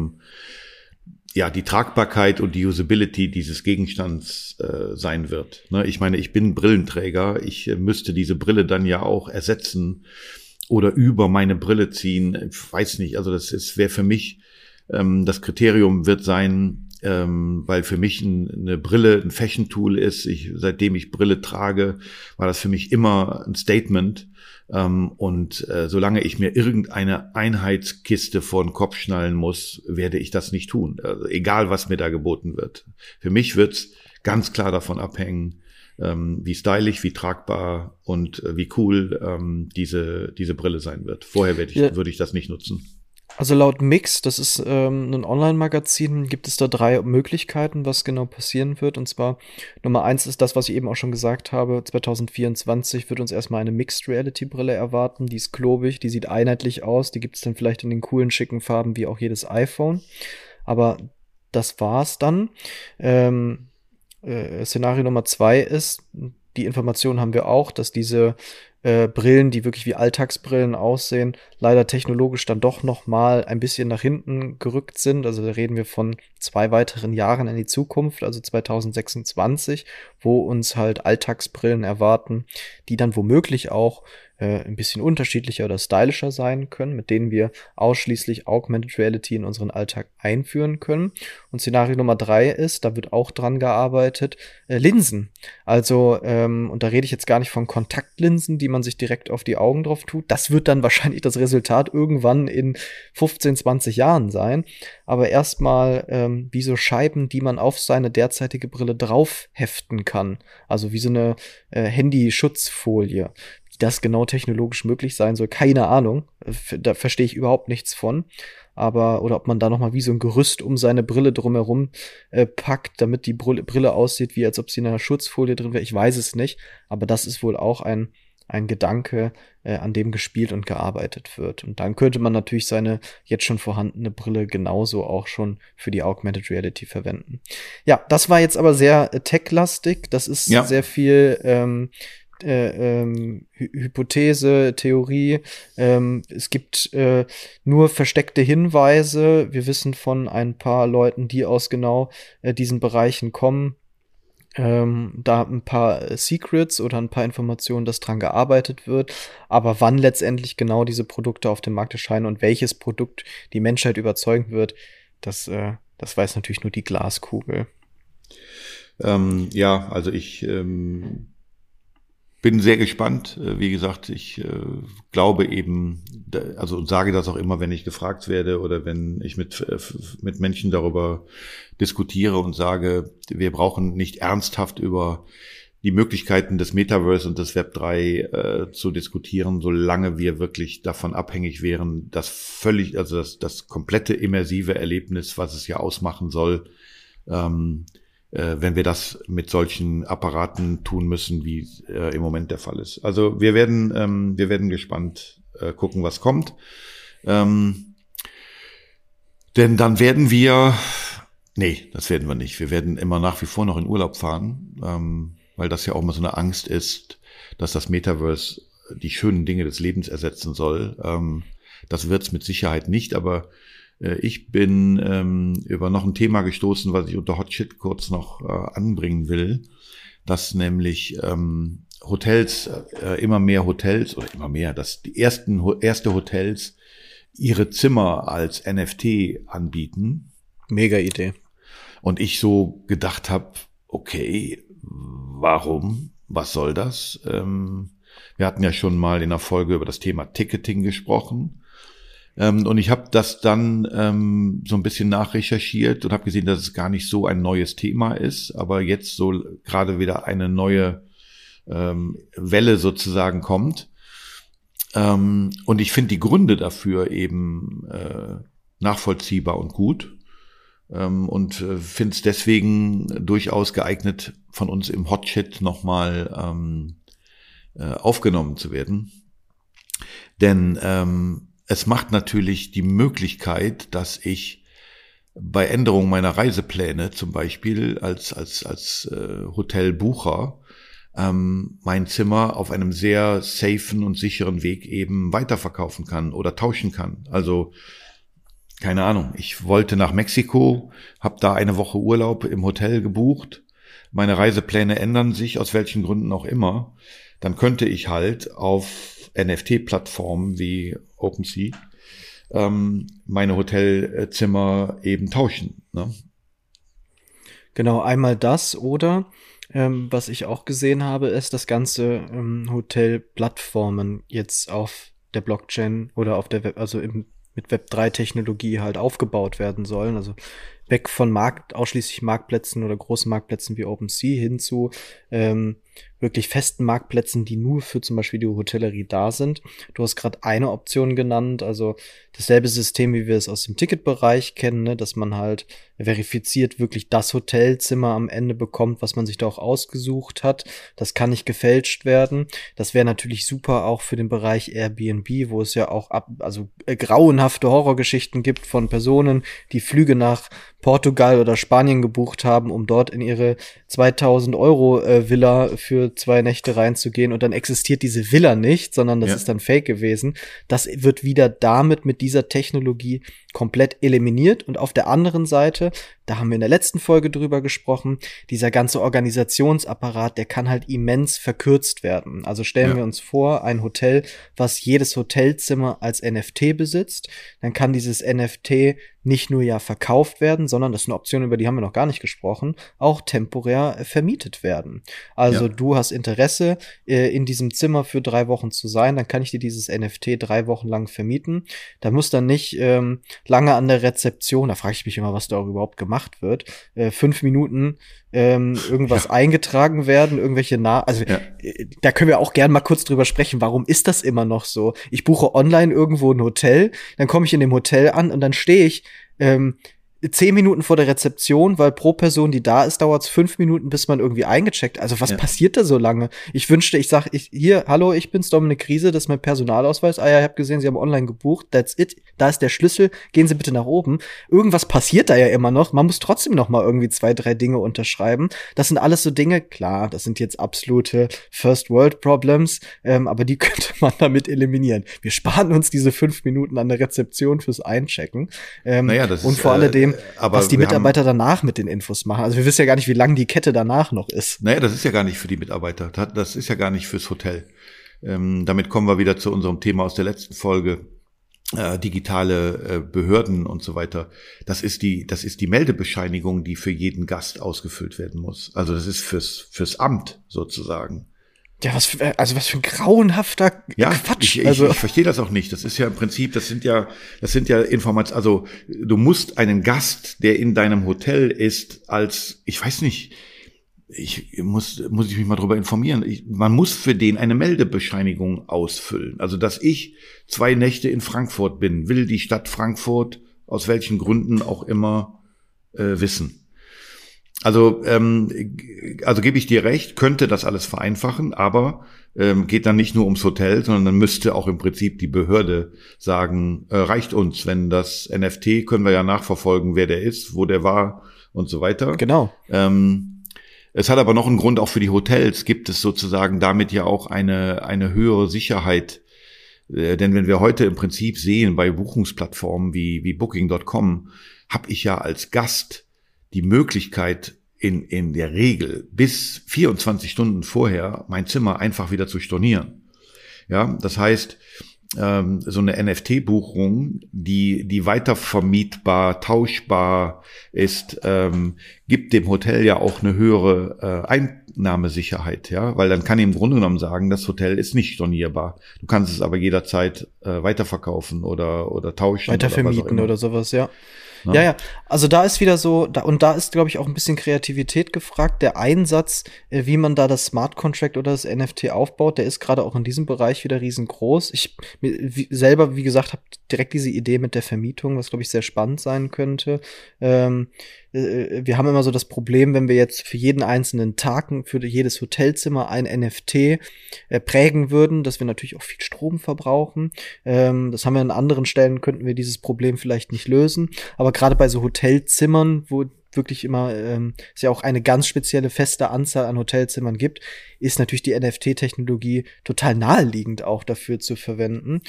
A: die Tragbarkeit und die Usability dieses Gegenstands sein wird. Ne? Ich meine, ich bin Brillenträger, ich müsste diese Brille dann ja auch ersetzen oder über meine Brille ziehen. Ich weiß nicht, also wäre für mich, das Kriterium wird sein, weil für mich eine Brille ein Fashion-Tool ist. Seitdem ich Brille trage, war das für mich immer ein Statement. Solange ich mir irgendeine Einheitskiste vor den Kopf schnallen muss, werde ich das nicht tun. Also egal, was mir da geboten wird. Für mich wird's ganz klar davon abhängen, wie stylisch, wie tragbar und wie cool diese Brille sein wird. Vorher würde ich das nicht nutzen.
B: Also laut Mix, das ist ein Online-Magazin, gibt es da 3 Möglichkeiten, was genau passieren wird. Und zwar Nummer 1 ist das, was ich eben auch schon gesagt habe. 2024 wird uns erstmal eine Mixed-Reality-Brille erwarten. Die ist klobig, die sieht einheitlich aus. Die gibt es dann vielleicht in den coolen, schicken Farben wie auch jedes iPhone. Aber das war's dann. Szenario Nummer 2 ist, die Information haben wir auch, dass diese Brillen, die wirklich wie Alltagsbrillen aussehen, leider technologisch dann doch noch mal ein bisschen nach hinten gerückt sind. Also da reden wir von 2 weiteren Jahren in die Zukunft, also 2026, wo uns halt Alltagsbrillen erwarten, die dann womöglich auch ein bisschen unterschiedlicher oder stylischer sein können, mit denen wir ausschließlich Augmented Reality in unseren Alltag einführen können. Und Szenario Nummer 3 ist, da wird auch dran gearbeitet, Linsen. Also, und da rede ich jetzt gar nicht von Kontaktlinsen, die man sich direkt auf die Augen drauf tut. Das wird dann wahrscheinlich das Resultat irgendwann in 15, 20 Jahren sein. Aber erstmal wie so Scheiben, die man auf seine derzeitige Brille drauf heften kann. Also wie so eine Handyschutzfolie. Wie das genau technologisch möglich sein soll, keine Ahnung. Da verstehe ich überhaupt nichts von. Oder ob man da nochmal wie so ein Gerüst um seine Brille drumherum packt, damit die Brille aussieht, wie als ob sie in einer Schutzfolie drin wäre. Ich weiß es nicht. Aber das ist wohl auch ein Gedanke, an dem gespielt und gearbeitet wird. Und dann könnte man natürlich seine jetzt schon vorhandene Brille genauso auch schon für die Augmented Reality verwenden. Ja, das war jetzt aber sehr tech-lastig. Das ist sehr viel Hypothese, Theorie. Es gibt nur versteckte Hinweise. Wir wissen von ein paar Leuten, die aus genau diesen Bereichen kommen, da ein paar Secrets oder ein paar Informationen, dass dran gearbeitet wird. Aber wann letztendlich genau diese Produkte auf dem Markt erscheinen und welches Produkt die Menschheit überzeugen wird, das weiß natürlich nur die Glaskugel.
A: Also ich bin sehr gespannt. Wie gesagt, ich glaube eben, also sage das auch immer, wenn ich gefragt werde oder wenn ich mit Menschen darüber diskutiere und sage, wir brauchen nicht ernsthaft über die Möglichkeiten des Metaverse und des Web 3 zu diskutieren, solange wir wirklich davon abhängig wären, das komplette immersive Erlebnis, was es ja ausmachen soll, wenn wir das mit solchen Apparaten tun müssen, wie im Moment der Fall ist. Also wir werden gespannt gucken, was kommt. Denn dann das werden wir nicht. Wir werden immer nach wie vor noch in Urlaub fahren, weil das ja auch mal so eine Angst ist, dass das Metaverse die schönen Dinge des Lebens ersetzen soll. Das wird es mit Sicherheit nicht, aber ich bin über noch ein Thema gestoßen, was ich unter Hot Shit kurz noch anbringen will, dass nämlich Hotels, dass die erste Hotels ihre Zimmer als NFT anbieten.
B: Mega Idee.
A: Und ich so gedacht habe, okay, warum? Was soll das? Wir hatten ja schon mal in der Folge über das Thema Ticketing gesprochen. Und ich habe das dann so ein bisschen nachrecherchiert und habe gesehen, dass es gar nicht so ein neues Thema ist, aber jetzt so gerade wieder eine neue Welle sozusagen kommt. Und ich finde die Gründe dafür eben nachvollziehbar und gut. Und finde es deswegen durchaus geeignet, von uns im Hot Shit nochmal aufgenommen zu werden. Denn es macht natürlich die Möglichkeit, dass ich bei Änderung meiner Reisepläne zum Beispiel als Hotelbucher mein Zimmer auf einem sehr safen und sicheren Weg eben weiterverkaufen kann oder tauschen kann. Also keine Ahnung, ich wollte nach Mexiko, habe da eine Woche Urlaub im Hotel gebucht. Meine Reisepläne ändern sich, aus welchen Gründen auch immer. Dann könnte ich halt auf NFT-Plattformen wie OpenSea meine Hotelzimmer eben tauschen. Ne?
B: Genau, einmal das oder was ich auch gesehen habe, ist, dass ganze Hotelplattformen jetzt auf der Blockchain oder auf der mit Web3-Technologie halt aufgebaut werden sollen. Also weg von ausschließlich Marktplätzen oder großen Marktplätzen wie OpenSea hin zu wirklich festen Marktplätzen, die nur für zum Beispiel die Hotellerie da sind. Du hast gerade eine Option genannt, also dasselbe System, wie wir es aus dem Ticketbereich kennen, ne, dass man halt verifiziert wirklich das Hotelzimmer am Ende bekommt, was man sich da auch ausgesucht hat. Das kann nicht gefälscht werden. Das wäre natürlich super auch für den Bereich Airbnb, wo es ja auch grauenhafte Horrorgeschichten gibt von Personen, die Flüge nach Portugal oder Spanien gebucht haben, um dort in ihre 2000 Euro Villa für 2 Nächte reinzugehen und dann existiert diese Villa nicht, sondern das ist dann Fake gewesen. Das wird wieder mit dieser Technologie komplett eliminiert. Und auf der anderen Seite, da haben wir in der letzten Folge drüber gesprochen, dieser ganze Organisationsapparat, der kann halt immens verkürzt werden. Also stellen wir uns vor, ein Hotel, was jedes Hotelzimmer als NFT besitzt, dann kann dieses NFT nicht nur ja verkauft werden, sondern das ist eine Option, über die haben wir noch gar nicht gesprochen, auch temporär vermietet werden. Also du hast Interesse, in diesem Zimmer für 3 Wochen zu sein, dann kann ich dir dieses NFT 3 Wochen lang vermieten. Da muss dann nicht lange an der Rezeption, da frage ich mich immer, was da auch überhaupt gemacht wird, 5 Minuten irgendwas eingetragen werden, irgendwelche da können wir auch gern mal kurz drüber sprechen, warum ist das immer noch so? Ich buche online irgendwo ein Hotel, dann komme ich in dem Hotel an und dann stehe ich 10 Minuten vor der Rezeption, weil pro Person, die da ist, dauert es 5 Minuten, bis man irgendwie eingecheckt. Also was passiert da so lange? Ich wünschte, hallo, ich bin's, Dominik Riese, das ist mein Personalausweis. Ah ja, ich habe gesehen, Sie haben online gebucht, that's it. Da ist der Schlüssel, gehen Sie bitte nach oben. Irgendwas passiert da ja immer noch. Man muss trotzdem noch mal irgendwie 2, 3 Dinge unterschreiben. Das sind alles so Dinge, klar, das sind jetzt absolute First-World-Problems, aber die könnte man damit eliminieren. Wir sparen uns diese 5 Minuten an der Rezeption fürs Einchecken. Und vor alledem, was die Mitarbeiter danach mit den Infos machen. Also wir wissen ja gar nicht, wie lang die Kette danach noch ist.
A: Naja, das ist ja gar nicht für die Mitarbeiter. Das ist ja gar nicht fürs Hotel. Damit kommen wir wieder zu unserem Thema aus der letzten Folge. Digitale Behörden und so weiter. Das ist die Meldebescheinigung, die für jeden Gast ausgefüllt werden muss. Also das ist fürs Amt sozusagen.
B: Ja, was für ein grauenhafter Quatsch.
A: Ich verstehe das auch nicht. Das ist ja im Prinzip, das sind ja Informationen, also du musst einen Gast, der in deinem Hotel ist, ich weiß nicht, muss ich mich mal drüber informieren. Man muss für den eine Meldebescheinigung ausfüllen. Also, dass ich 2 Nächte in Frankfurt bin, will die Stadt Frankfurt aus welchen Gründen auch immer wissen. Also gebe ich dir recht, könnte das alles vereinfachen, aber geht dann nicht nur ums Hotel, sondern dann müsste auch im Prinzip die Behörde sagen, reicht uns, wenn das NFT, können wir ja nachverfolgen, wer der ist, wo der war und so weiter.
B: Genau.
A: Es hat aber noch einen Grund, auch für die Hotels gibt es sozusagen damit ja auch eine höhere Sicherheit. Denn wenn wir heute im Prinzip sehen bei Buchungsplattformen wie Booking.com, habe ich ja als Gast die Möglichkeit, in der Regel bis 24 Stunden vorher mein Zimmer einfach wieder zu stornieren. Ja, das heißt, so eine NFT-Buchung, die weitervermietbar, tauschbar ist, gibt dem Hotel ja auch eine höhere Einnahmesicherheit, ja, weil dann kann ich im Grunde genommen sagen, das Hotel ist nicht stornierbar. Du kannst es aber jederzeit weiterverkaufen oder tauschen.
B: Weitervermieten oder sowas, ja.
A: Ne?
B: Ja. Also da ist wieder so, da ist, glaube ich, auch ein bisschen Kreativität gefragt. Der Einsatz, wie man da das Smart Contract oder das NFT aufbaut, der ist gerade auch in diesem Bereich wieder riesengroß. Ich selber, wie gesagt, habe direkt diese Idee mit der Vermietung, was, glaube ich, sehr spannend sein könnte. Wir haben immer so das Problem, wenn wir jetzt für jeden einzelnen Tag, für jedes Hotelzimmer ein NFT prägen würden, dass wir natürlich auch viel Strom verbrauchen. Das haben wir an anderen Stellen, könnten wir dieses Problem vielleicht nicht lösen. Aber gerade bei so Hotelzimmern, wo wirklich immer es ja auch eine ganz spezielle feste Anzahl an Hotelzimmern gibt, ist natürlich die NFT-Technologie total naheliegend auch dafür zu verwenden.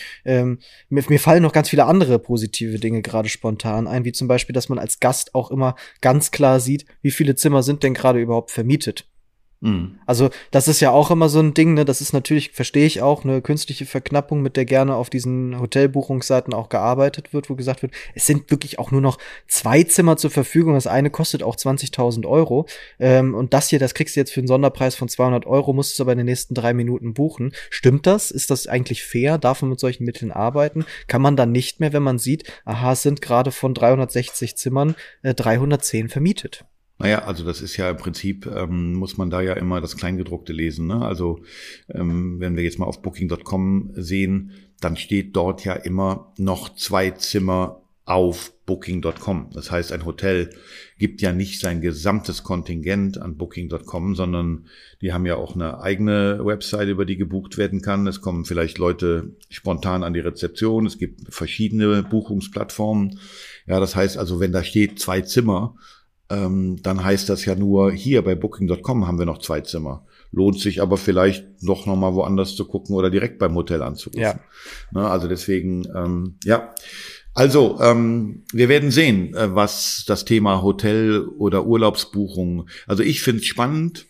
B: Mir fallen noch ganz viele andere positive Dinge gerade spontan ein, wie zum Beispiel, dass man als Gast auch immer ganz klar sieht, wie viele Zimmer sind denn gerade überhaupt vermietet. Also das ist ja auch immer so ein Ding, ne? Das ist natürlich, verstehe ich auch, eine künstliche Verknappung, mit der gerne auf diesen Hotelbuchungsseiten auch gearbeitet wird, wo gesagt wird, es sind wirklich auch nur noch 2 Zimmer zur Verfügung. Das eine kostet auch 20.000 Euro. Und das hier, das kriegst du jetzt für einen Sonderpreis von 200 Euro, musst du aber in den nächsten 3 Minuten buchen. Stimmt das? Ist das eigentlich fair? Darf man mit solchen Mitteln arbeiten? Kann man dann nicht mehr, wenn man sieht, aha, es sind gerade von 360 Zimmern 310 vermietet?
A: Naja, also das ist ja im Prinzip, muss man da ja immer das Kleingedruckte lesen, ne? Also wenn wir jetzt mal auf Booking.com sehen, dann steht dort ja immer noch 2 Zimmer auf Booking.com. Das heißt, ein Hotel gibt ja nicht sein gesamtes Kontingent an Booking.com, sondern die haben ja auch eine eigene Website, über die gebucht werden kann. Es kommen vielleicht Leute spontan an die Rezeption. Es gibt verschiedene Buchungsplattformen. Ja, das heißt also, wenn da steht 2 Zimmer, dann heißt das ja nur, hier bei Booking.com haben wir noch 2 Zimmer. Lohnt sich aber vielleicht doch noch mal woanders zu gucken oder direkt beim Hotel anzurufen. Ja. Ne, also deswegen, ja. Also, wir werden sehen, was das Thema Hotel- oder Urlaubsbuchung, also ich finde es spannend,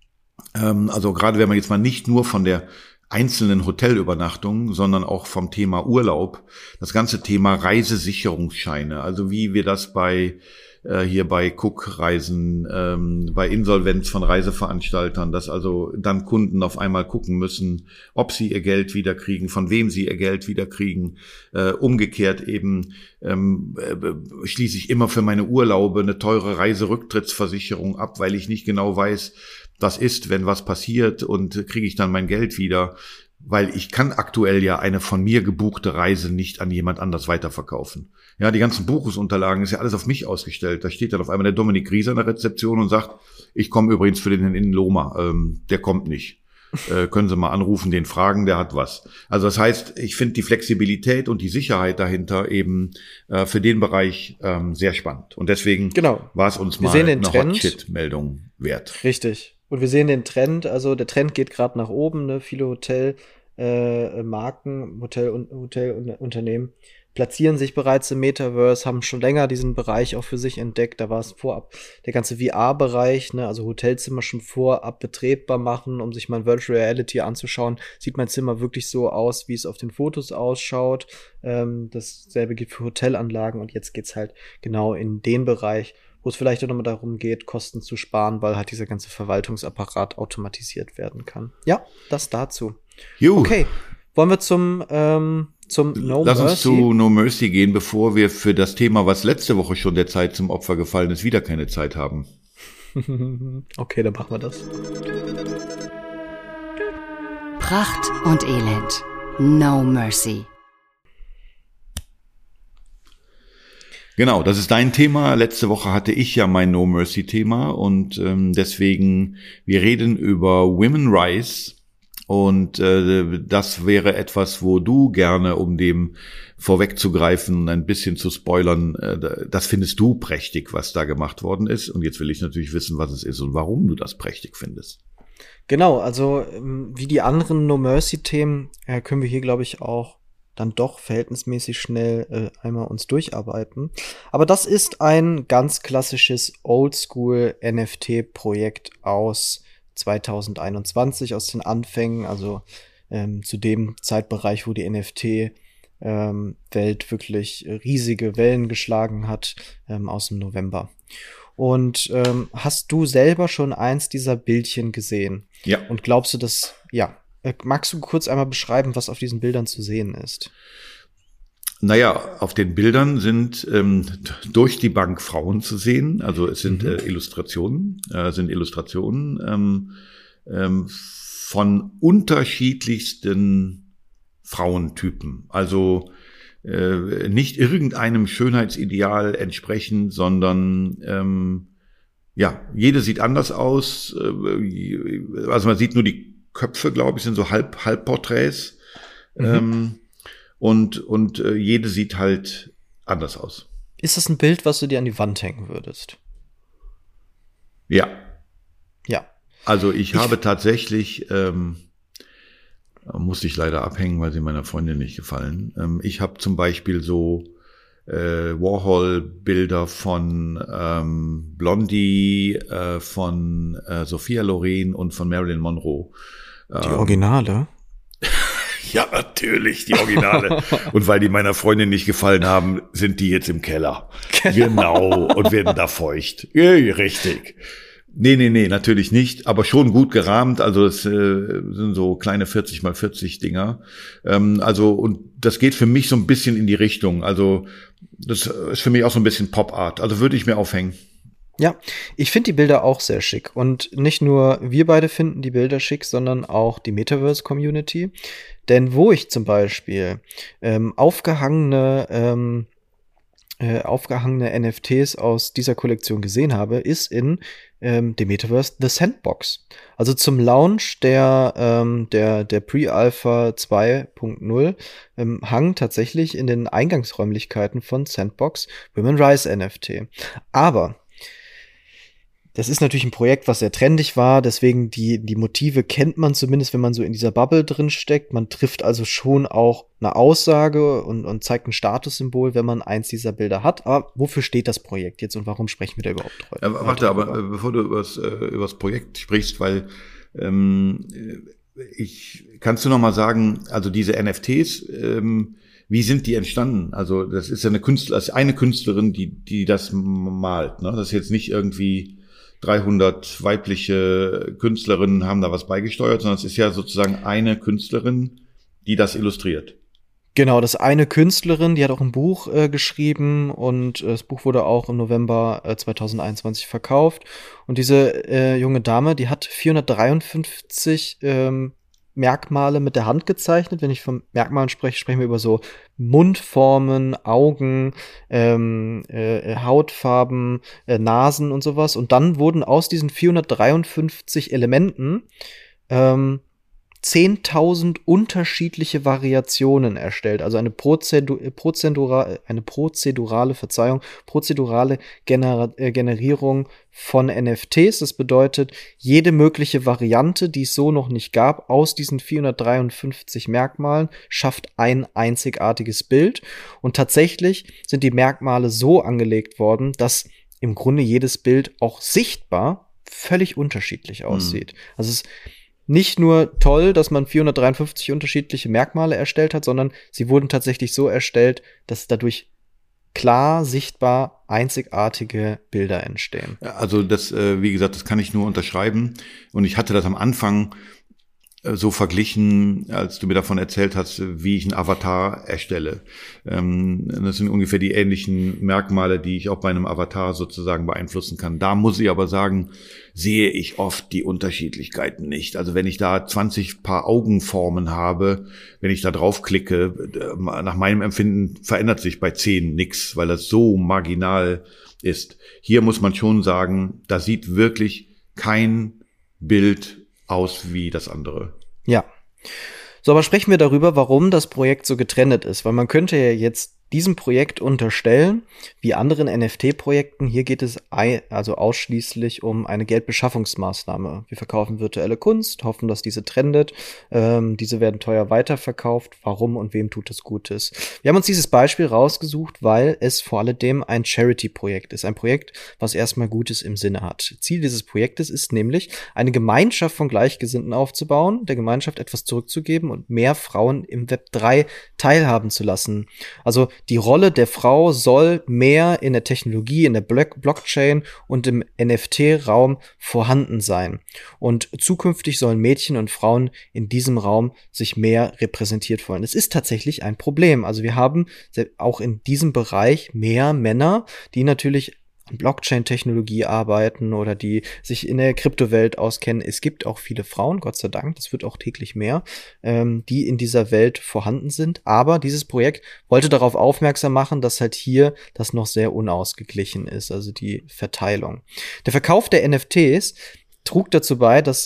A: also gerade wenn man jetzt mal nicht nur von der einzelnen Hotelübernachtung, sondern auch vom Thema Urlaub, das ganze Thema Reisesicherungsscheine, also wie wir das hier bei Cook-Reisen, bei Insolvenz von Reiseveranstaltern, dass also dann Kunden auf einmal gucken müssen, ob sie ihr Geld wiederkriegen, von wem sie ihr Geld wiederkriegen. Umgekehrt eben schließe ich immer für meine Urlaube eine teure Reiserücktrittsversicherung ab, weil ich nicht genau weiß, was ist, wenn was passiert und kriege ich dann mein Geld wieder. Weil ich kann aktuell ja eine von mir gebuchte Reise nicht an jemand anders weiterverkaufen. Ja, die ganzen Buchungsunterlagen ist ja alles auf mich ausgestellt. Da steht dann auf einmal der Dominik Grieser in der Rezeption und sagt, ich komme übrigens für den in Loma, der kommt nicht. Können Sie mal anrufen, den fragen, der hat was. Also das heißt, ich finde die Flexibilität und die Sicherheit dahinter eben für den Bereich sehr spannend. Und desegen war es uns mal eine Hot-Shit-Meldung wert.
B: Richtig. Und wir sehen den Trend, also der Trend geht gerade nach oben, ne? Viele Hotelmarken, Hotelunternehmen platzieren sich bereits im Metaverse, haben schon länger diesen Bereich auch für sich entdeckt. Da war es vorab der ganze VR-Bereich, ne? Also Hotelzimmer schon vorab betretbar machen, um sich mal Virtual Reality anzuschauen. Sieht mein Zimmer wirklich so aus, wie es auf den Fotos ausschaut? Dasselbe gilt für Hotelanlagen und jetzt geht's halt genau in den Bereich, wo es vielleicht auch nochmal darum geht, Kosten zu sparen, weil halt dieser ganze Verwaltungsapparat automatisiert werden kann. Ja, das dazu. Okay, wollen wir zum No Mercy?
A: Lass uns zu No Mercy gehen, bevor wir für das Thema, was letzte Woche schon der Zeit zum Opfer gefallen ist, wieder keine Zeit haben.
B: Okay, dann machen wir das.
C: Pracht und Elend. No Mercy.
A: Genau, das ist dein Thema. Letzte Woche hatte ich ja mein No Mercy Thema und deswegen, wir reden über Women Rise und das wäre etwas, wo du gerne, um dem vorwegzugreifen, ein bisschen zu spoilern, das findest du prächtig, was da gemacht worden ist, und jetzt will ich natürlich wissen, was es ist und warum du das prächtig findest.
B: Genau, also wie die anderen No Mercy Themen können wir hier, glaube ich, auch dann doch verhältnismäßig schnell einmal uns durcharbeiten. Aber das ist ein ganz klassisches Oldschool-NFT-Projekt aus 2021, aus den Anfängen, also zu dem Zeitbereich, wo die NFT-Welt wirklich riesige Wellen geschlagen hat, aus dem November. Und hast du selber schon eins dieser Bildchen gesehen?
A: Ja.
B: Und glaubst du, dass, ja, magst du kurz einmal beschreiben, was auf diesen Bildern zu sehen ist?
A: Naja, auf den Bildern sind durch die Bank Frauen zu sehen. Also es sind Illustrationen von unterschiedlichsten Frauentypen. Also nicht irgendeinem Schönheitsideal entsprechen, sondern ja, jede sieht anders aus. Also man sieht nur die Köpfe, glaube ich, sind so Halbporträts. Und jede sieht halt anders aus.
B: Ist das ein Bild, was du dir an die Wand hängen würdest?
A: Ja.
B: Ja.
A: Also ich habe tatsächlich, musste ich leider abhängen, weil sie meiner Freundin nicht gefallen. Ich habe zum Beispiel so Warhol-Bilder von Blondie, von Sophia Loren und von Marilyn Monroe.
B: Die Originale?
A: Ja, natürlich, die Originale. Und weil die meiner Freundin nicht gefallen haben, sind die jetzt im Keller. Genau, und werden da feucht. Ja, richtig. Nee, natürlich nicht, aber schon gut gerahmt. Also es sind so kleine 40x40 Dinger. Also, und das geht für mich so ein bisschen in die Richtung. Also das ist für mich auch so ein bisschen Pop-Art. Also würde ich mir aufhängen.
B: Ja, ich finde die Bilder auch sehr schick. Und nicht nur wir beide finden die Bilder schick, sondern auch die Metaverse-Community. Denn wo ich zum Beispiel aufgehangene NFTs aus dieser Kollektion gesehen habe, ist in dem Metaverse The Sandbox. Also zum Launch der Pre-Alpha 2.0 hang tatsächlich in den Eingangsräumlichkeiten von Sandbox Women Rise NFT. Aber das ist natürlich ein Projekt, was sehr trendig war, deswegen die Motive kennt man zumindest, wenn man so in dieser Bubble drin steckt. Man trifft also schon auch eine Aussage und zeigt ein Statussymbol, wenn man eins dieser Bilder hat. Aber wofür steht das Projekt jetzt und warum sprechen wir da überhaupt heute?
A: Warte, aber bevor du übers Projekt sprichst, weil kannst du noch mal sagen, also diese NFTs, wie sind die entstanden? Also das ist ja eine Künstlerin, die das malt, ne? Das ist jetzt nicht irgendwie 300 weibliche Künstlerinnen haben da was beigesteuert, sondern es ist ja sozusagen eine Künstlerin, die das illustriert.
B: Genau, das eine Künstlerin, die hat auch ein Buch geschrieben und das Buch wurde auch im November 2021 verkauft. Und diese junge Dame, die hat 453 Merkmale mit der Hand gezeichnet. Wenn ich von Merkmalen spreche, sprechen wir über so Mundformen, Augen, Hautfarben, Nasen und sowas. Und dann wurden aus diesen 453 Elementen 10.000 unterschiedliche Variationen erstellt, also eine prozedurale Generierung von NFTs. Das bedeutet, jede mögliche Variante, die es so noch nicht gab, aus diesen 453 Merkmalen, schafft ein einzigartiges Bild. Und tatsächlich sind die Merkmale so angelegt worden, dass im Grunde jedes Bild auch sichtbar völlig unterschiedlich aussieht. Also es ist nicht nur toll, dass man 453 unterschiedliche Merkmale erstellt hat, sondern sie wurden tatsächlich so erstellt, dass dadurch klar sichtbar einzigartige Bilder entstehen.
A: Also das, wie gesagt, das kann ich nur unterschreiben. Und ich hatte das am Anfang, so verglichen, als du mir davon erzählt hast, wie ich einen Avatar erstelle. Das sind ungefähr die ähnlichen Merkmale, die ich auch bei einem Avatar sozusagen beeinflussen kann. Da muss ich aber sagen, sehe ich oft die Unterschiedlichkeiten nicht. Also wenn ich da 20 Paar Augenformen habe, wenn ich da draufklicke, nach meinem Empfinden verändert sich bei 10 nichts, weil das so marginal ist. Hier muss man schon sagen, da sieht wirklich kein Bild aus wie das andere.
B: Ja. So, aber sprechen wir darüber, warum das Projekt so getrennt ist. Weil man könnte ja jetzt diesem Projekt unterstellen, wie anderen NFT-Projekten, hier geht es also ausschließlich um eine Geldbeschaffungsmaßnahme. Wir verkaufen virtuelle Kunst, hoffen, dass diese trendet. Diese werden teuer weiterverkauft. Warum und wem tut es Gutes? Wir haben uns dieses Beispiel rausgesucht, weil es vor allem ein Charity-Projekt ist. Ein Projekt, was erstmal Gutes im Sinne hat. Ziel dieses Projektes ist nämlich, eine Gemeinschaft von Gleichgesinnten aufzubauen, der Gemeinschaft etwas zurückzugeben und mehr Frauen im Web 3 teilhaben zu lassen. Also die Rolle der Frau soll mehr in der Technologie, in der Blockchain und im NFT-Raum vorhanden sein. Und zukünftig sollen Mädchen und Frauen in diesem Raum sich mehr repräsentiert fühlen. Es ist tatsächlich ein Problem. Also wir haben auch in diesem Bereich mehr Männer, die natürlich an Blockchain-Technologie arbeiten oder die sich in der Kryptowelt auskennen. Es gibt auch viele Frauen, Gott sei Dank, das wird auch täglich mehr, die in dieser Welt vorhanden sind. Aber dieses Projekt wollte darauf aufmerksam machen, dass halt hier das noch sehr unausgeglichen ist, also die Verteilung. Der Verkauf der NFTs trug dazu bei, dass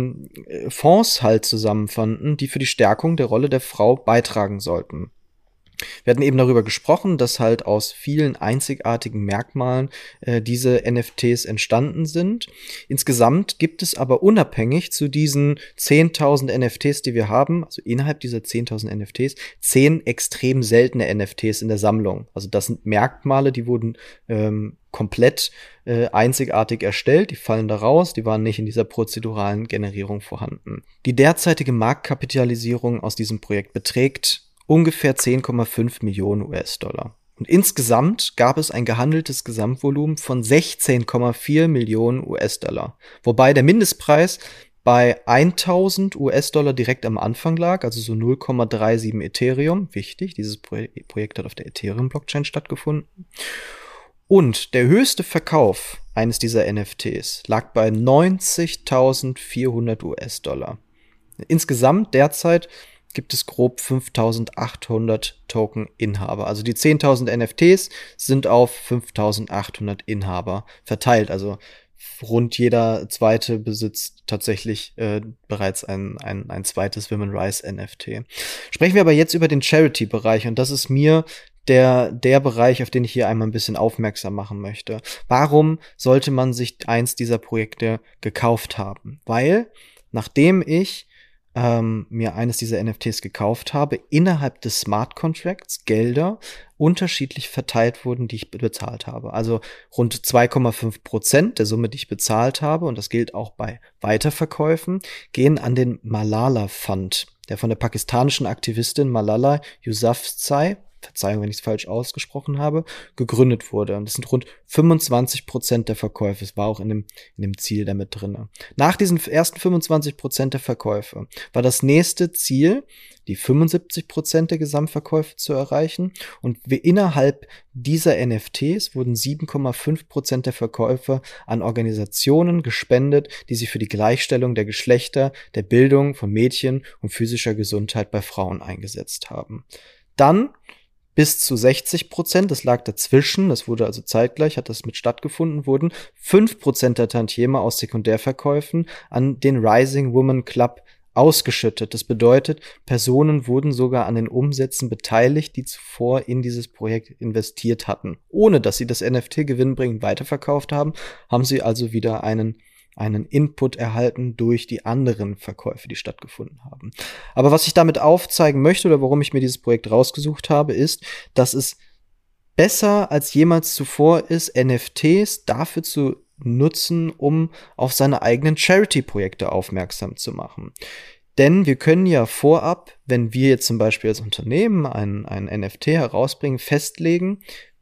B: Fonds halt zusammenfanden, die für die Stärkung der Rolle der Frau beitragen sollten. Wir hatten eben darüber gesprochen, dass halt aus vielen einzigartigen Merkmalen diese NFTs entstanden sind. Insgesamt gibt es aber unabhängig zu diesen 10.000 NFTs, die wir haben, also innerhalb dieser 10.000 NFTs, 10 extrem seltene NFTs in der Sammlung. Also das sind Merkmale, die wurden komplett einzigartig erstellt, die fallen da raus, die waren nicht in dieser prozeduralen Generierung vorhanden. Die derzeitige Marktkapitalisierung aus diesem Projekt beträgt ungefähr 10,5 Millionen US-Dollar. Und insgesamt gab es ein gehandeltes Gesamtvolumen von 16,4 Millionen US-Dollar. Wobei der Mindestpreis bei 1.000 US-Dollar direkt am Anfang lag, also so 0,37 Ethereum. Wichtig, dieses Projekt hat auf der Ethereum-Blockchain stattgefunden. Und der höchste Verkauf eines dieser NFTs lag bei 90.400 US-Dollar. Insgesamt derzeit gibt es grob 5.800 Token-Inhaber. Also die 10.000 NFTs sind auf 5.800 Inhaber verteilt. Also rund jeder zweite besitzt tatsächlich bereits ein zweites Women Rise NFT. Sprechen wir aber jetzt über den Charity-Bereich. Und das ist mir der Bereich, auf den ich hier einmal ein bisschen aufmerksam machen möchte. Warum sollte man sich eins dieser Projekte gekauft haben? Weil, nachdem ich mir eines dieser NFTs gekauft habe, innerhalb des Smart Contracts Gelder unterschiedlich verteilt wurden, die ich bezahlt habe. Also rund 2,5% der Summe, die ich bezahlt habe, und das gilt auch bei Weiterverkäufen, gehen an den Malala Fund, der von der pakistanischen Aktivistin Malala Yousafzai, Verzeihung, wenn ich es falsch ausgesprochen habe, gegründet wurde. Und das sind rund 25% der Verkäufe. Es war auch in dem Ziel damit drin. Nach diesen ersten 25% der Verkäufe war das nächste Ziel, die 75% der Gesamtverkäufe zu erreichen. Und innerhalb dieser NFTs wurden 7,5% der Verkäufe an Organisationen gespendet, die sich für die Gleichstellung der Geschlechter, der Bildung von Mädchen und physischer Gesundheit bei Frauen eingesetzt haben. Dann bis zu 60%, das lag dazwischen, das wurde also zeitgleich, hat das mit stattgefunden, wurden 5% der Tantieme aus Sekundärverkäufen an den Rising Women Club ausgeschüttet. Das bedeutet, Personen wurden sogar an den Umsätzen beteiligt, die zuvor in dieses Projekt investiert hatten. Ohne dass sie das NFT gewinnbringend weiterverkauft haben, haben sie also wieder einen Input erhalten durch die anderen Verkäufe, die stattgefunden haben. Aber was ich damit aufzeigen möchte oder warum ich mir dieses Projekt rausgesucht habe, ist, dass es besser als jemals zuvor ist, NFTs dafür zu nutzen, um auf seine eigenen Charity-Projekte aufmerksam zu machen. Denn wir können ja vorab, wenn wir jetzt zum Beispiel als Unternehmen ein NFT herausbringen, festlegen,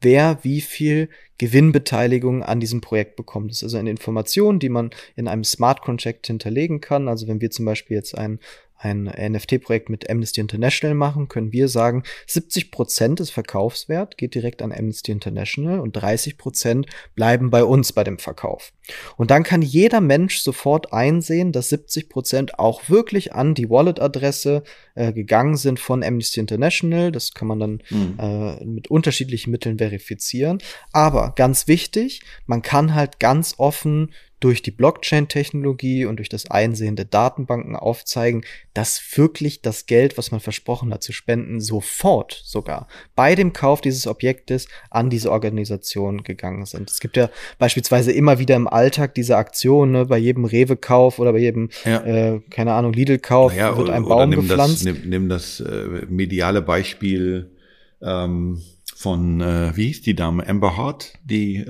B: wer wie viel Gewinnbeteiligung an diesem Projekt bekommt. Das ist also eine Information, die man in einem Smart Contract hinterlegen kann. Also wenn wir zum Beispiel jetzt ein NFT-Projekt mit Amnesty International machen, können wir sagen, 70% des Verkaufswert geht direkt an Amnesty International und 30% bleiben bei uns bei dem Verkauf. Und dann kann jeder Mensch sofort einsehen, dass 70% auch wirklich an die Wallet-Adresse gegangen sind von Amnesty International. Das kann man dann mit unterschiedlichen Mitteln verifizieren. Aber ganz wichtig, man kann halt ganz offen durch die Blockchain-Technologie und durch das Einsehen der Datenbanken aufzeigen, dass wirklich das Geld, was man versprochen hat zu spenden, sofort sogar bei dem Kauf dieses Objektes an diese Organisation gegangen sind. Es gibt ja beispielsweise immer wieder im Alltag diese Aktion, ne, bei jedem Rewe-Kauf oder bei jedem, keine Ahnung, Lidl-Kauf wird ein Baum gepflanzt.
A: Nimm das mediale Beispiel von, wie hieß die Dame? Amber Heard, die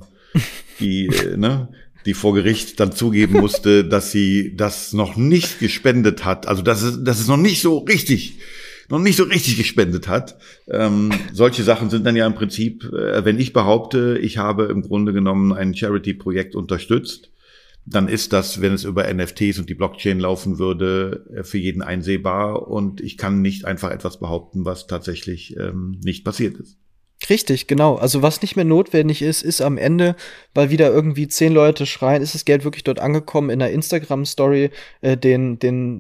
A: die vor Gericht dann zugeben musste, dass sie das noch nicht gespendet hat. Also, dass es noch nicht so richtig gespendet hat. Solche Sachen sind dann ja im Prinzip, wenn ich behaupte, ich habe im Grunde genommen ein Charity-Projekt unterstützt, dann ist das, wenn es über NFTs und die Blockchain laufen würde, für jeden einsehbar und ich kann nicht einfach etwas behaupten, was tatsächlich nicht passiert ist.
B: Richtig, genau. Also was nicht mehr notwendig ist am Ende, weil wieder irgendwie 10 Leute schreien, ist das Geld wirklich dort angekommen, in einer Instagram-Story den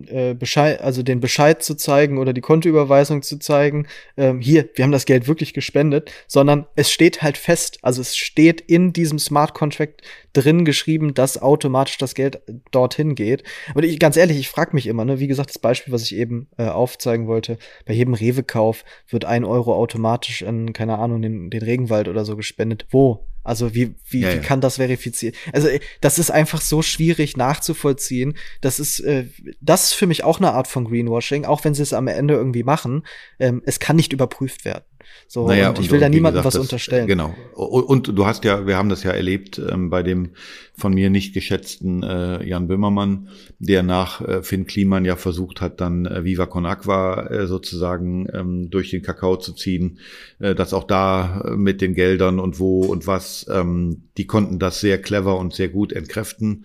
B: Bescheid zu zeigen oder die Kontoüberweisung zu zeigen, hier, wir haben das Geld wirklich gespendet, sondern es steht halt fest, also es steht in diesem Smart Contract drin geschrieben, dass automatisch das Geld dorthin geht. Und ganz ehrlich, ich frage mich immer, ne, wie gesagt, das Beispiel, was ich eben aufzeigen wollte, bei jedem Rewe-Kauf wird 1 Euro automatisch in, keine Ahnung, den Regenwald oder so gespendet. Wo? Also wie kann das verifizieren? Also das ist einfach so schwierig nachzuvollziehen. Das ist für mich auch eine Art von Greenwashing, auch wenn sie es am Ende irgendwie machen. Es kann nicht überprüft werden. So, und ich will da niemandem was unterstellen.
A: Genau. Und du hast ja, wir haben das ja erlebt bei dem von mir nicht geschätzten Jan Böhmermann, der nach Finn Kliman ja versucht hat, dann Viva Con Agua sozusagen durch den Kakao zu ziehen, dass auch da mit den Geldern und wo und was, die konnten das sehr clever und sehr gut entkräften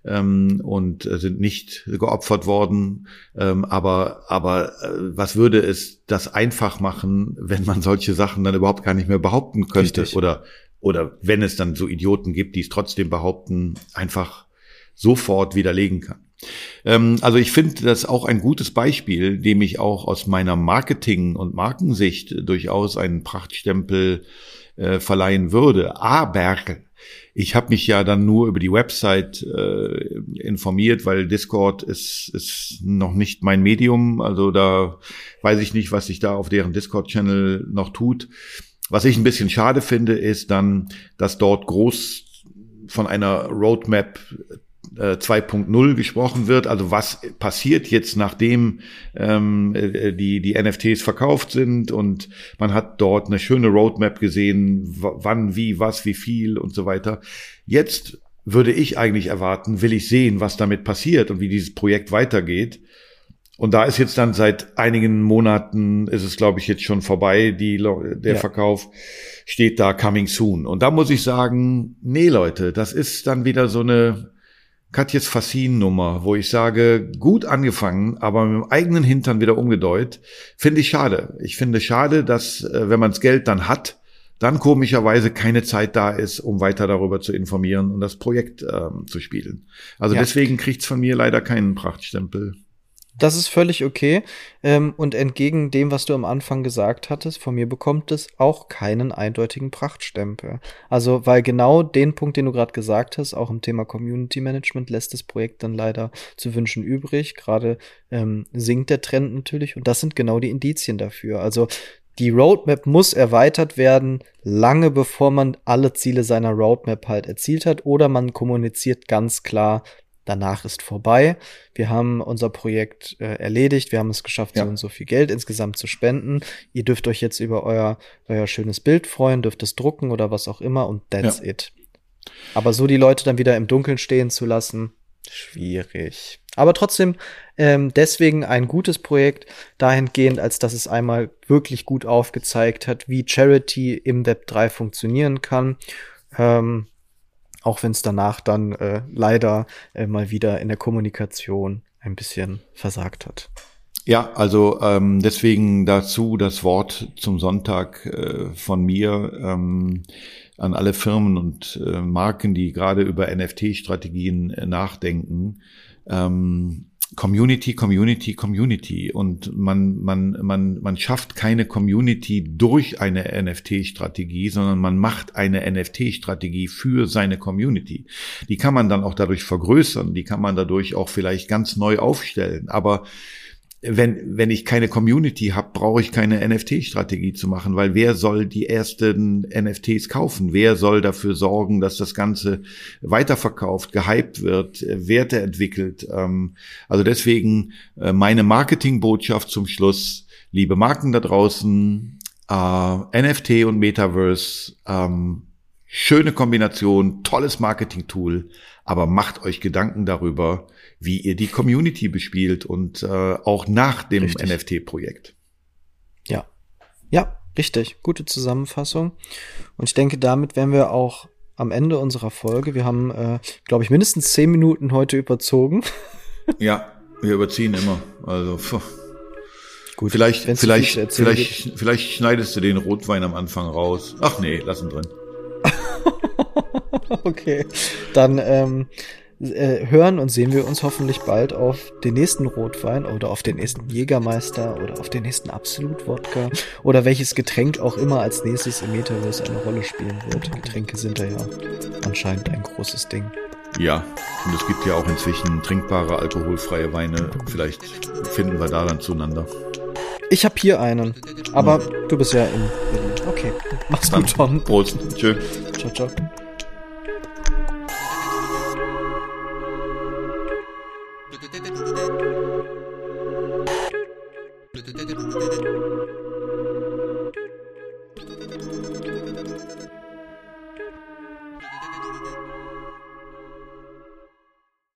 A: und sind nicht geopfert worden. Aber was würde es das einfach machen, wenn man solche Sachen dann überhaupt gar nicht mehr behaupten könnte?
B: Richtig.
A: Oder wenn es dann so Idioten gibt, die es trotzdem behaupten, einfach sofort widerlegen kann. Also ich finde das auch ein gutes Beispiel, dem ich auch aus meiner Marketing- und Markensicht durchaus einen Prachtstempel verleihen würde. Aber ich habe mich ja dann nur über die Website informiert, weil Discord ist noch nicht mein Medium. Also da weiß ich nicht, was sich da auf deren Discord-Channel noch tut. Was ich ein bisschen schade finde, ist dann, dass dort groß von einer Roadmap 2.0 gesprochen wird. Also was passiert jetzt, nachdem die NFTs verkauft sind und man hat dort eine schöne Roadmap gesehen, wann, wie, was, wie viel und so weiter. Jetzt würde ich eigentlich erwarten, will ich sehen, was damit passiert und wie dieses Projekt weitergeht. Und da ist jetzt dann seit einigen Monaten, ist es glaube ich jetzt schon vorbei, der Verkauf steht da coming soon. Und da muss ich sagen, nee Leute, das ist dann wieder so eine Katjes Fassin-Nummer, wo ich sage, gut angefangen, aber mit dem eigenen Hintern wieder umgedreht, finde ich schade. Ich finde schade, dass, wenn man das Geld dann hat, dann komischerweise keine Zeit da ist, um weiter darüber zu informieren und das Projekt zu spielen. Also deswegen kriegt's von mir leider keinen Prachtstempel.
B: Das ist völlig okay. Und entgegen dem, was du am Anfang gesagt hattest, von mir bekommt es auch keinen eindeutigen Prachtstempel. Also, weil genau den Punkt, den du gerade gesagt hast, auch im Thema Community Management, lässt das Projekt dann leider zu wünschen übrig. Gerade sinkt der Trend natürlich. Und das sind genau die Indizien dafür. Also, die Roadmap muss erweitert werden, lange bevor man alle Ziele seiner Roadmap halt erzielt hat. Oder man kommuniziert ganz klar, danach ist vorbei. Wir haben unser Projekt erledigt. Wir haben es geschafft, so und so viel Geld insgesamt zu spenden. Ihr dürft euch jetzt über euer schönes Bild freuen, dürft es drucken oder was auch immer und that's it. Aber so die Leute dann wieder im Dunkeln stehen zu lassen, schwierig. Aber trotzdem deswegen ein gutes Projekt dahingehend, als dass es einmal wirklich gut aufgezeigt hat, wie Charity im Web 3 funktionieren kann. Auch wenn es danach dann leider mal wieder in der Kommunikation ein bisschen versagt hat.
A: Ja, also deswegen dazu das Wort zum Sonntag von mir an alle Firmen und Marken, die gerade über NFT-Strategien nachdenken. Community, Community, Community. Und man schafft keine Community durch eine NFT-Strategie, sondern man macht eine NFT-Strategie für seine Community. Die kann man dann auch dadurch vergrößern, die kann man dadurch auch vielleicht ganz neu aufstellen. Aber wenn ich keine Community habe, brauche ich keine NFT-Strategie zu machen, weil wer soll die ersten NFTs kaufen? Wer soll dafür sorgen, dass das Ganze weiterverkauft, gehypt wird, Werte entwickelt? Also deswegen meine Marketingbotschaft zum Schluss, liebe Marken da draußen, NFT und Metaverse, schöne Kombination, tolles Marketing-Tool, aber macht euch Gedanken darüber, wie ihr die Community bespielt und auch nach dem NFT-Projekt.
B: Ja, richtig. Gute Zusammenfassung. Und ich denke, damit wären wir auch am Ende unserer Folge. Wir haben, glaube ich, mindestens 10 Minuten heute überzogen.
A: Ja, wir überziehen immer. Also
B: gut.
A: Vielleicht schneidest du den Rotwein am Anfang raus. Ach nee, lass ihn drin.
B: Okay, dann hören und sehen wir uns hoffentlich bald auf den nächsten Rotwein oder auf den nächsten Jägermeister oder auf den nächsten Absolut-Wodka oder welches Getränk auch immer als nächstes im Metaverse eine Rolle spielen wird. Getränke sind da ja anscheinend ein großes Ding.
A: Ja, und es gibt ja auch inzwischen trinkbare, alkoholfreie Weine. Vielleicht finden wir da dann zueinander.
B: Ich habe hier einen, aber du bist ja in Berlin. Okay, mach's
A: dann
B: gut, Tom.
A: Prost. Tschö.
B: Ciao, ciao.
D: Thank you.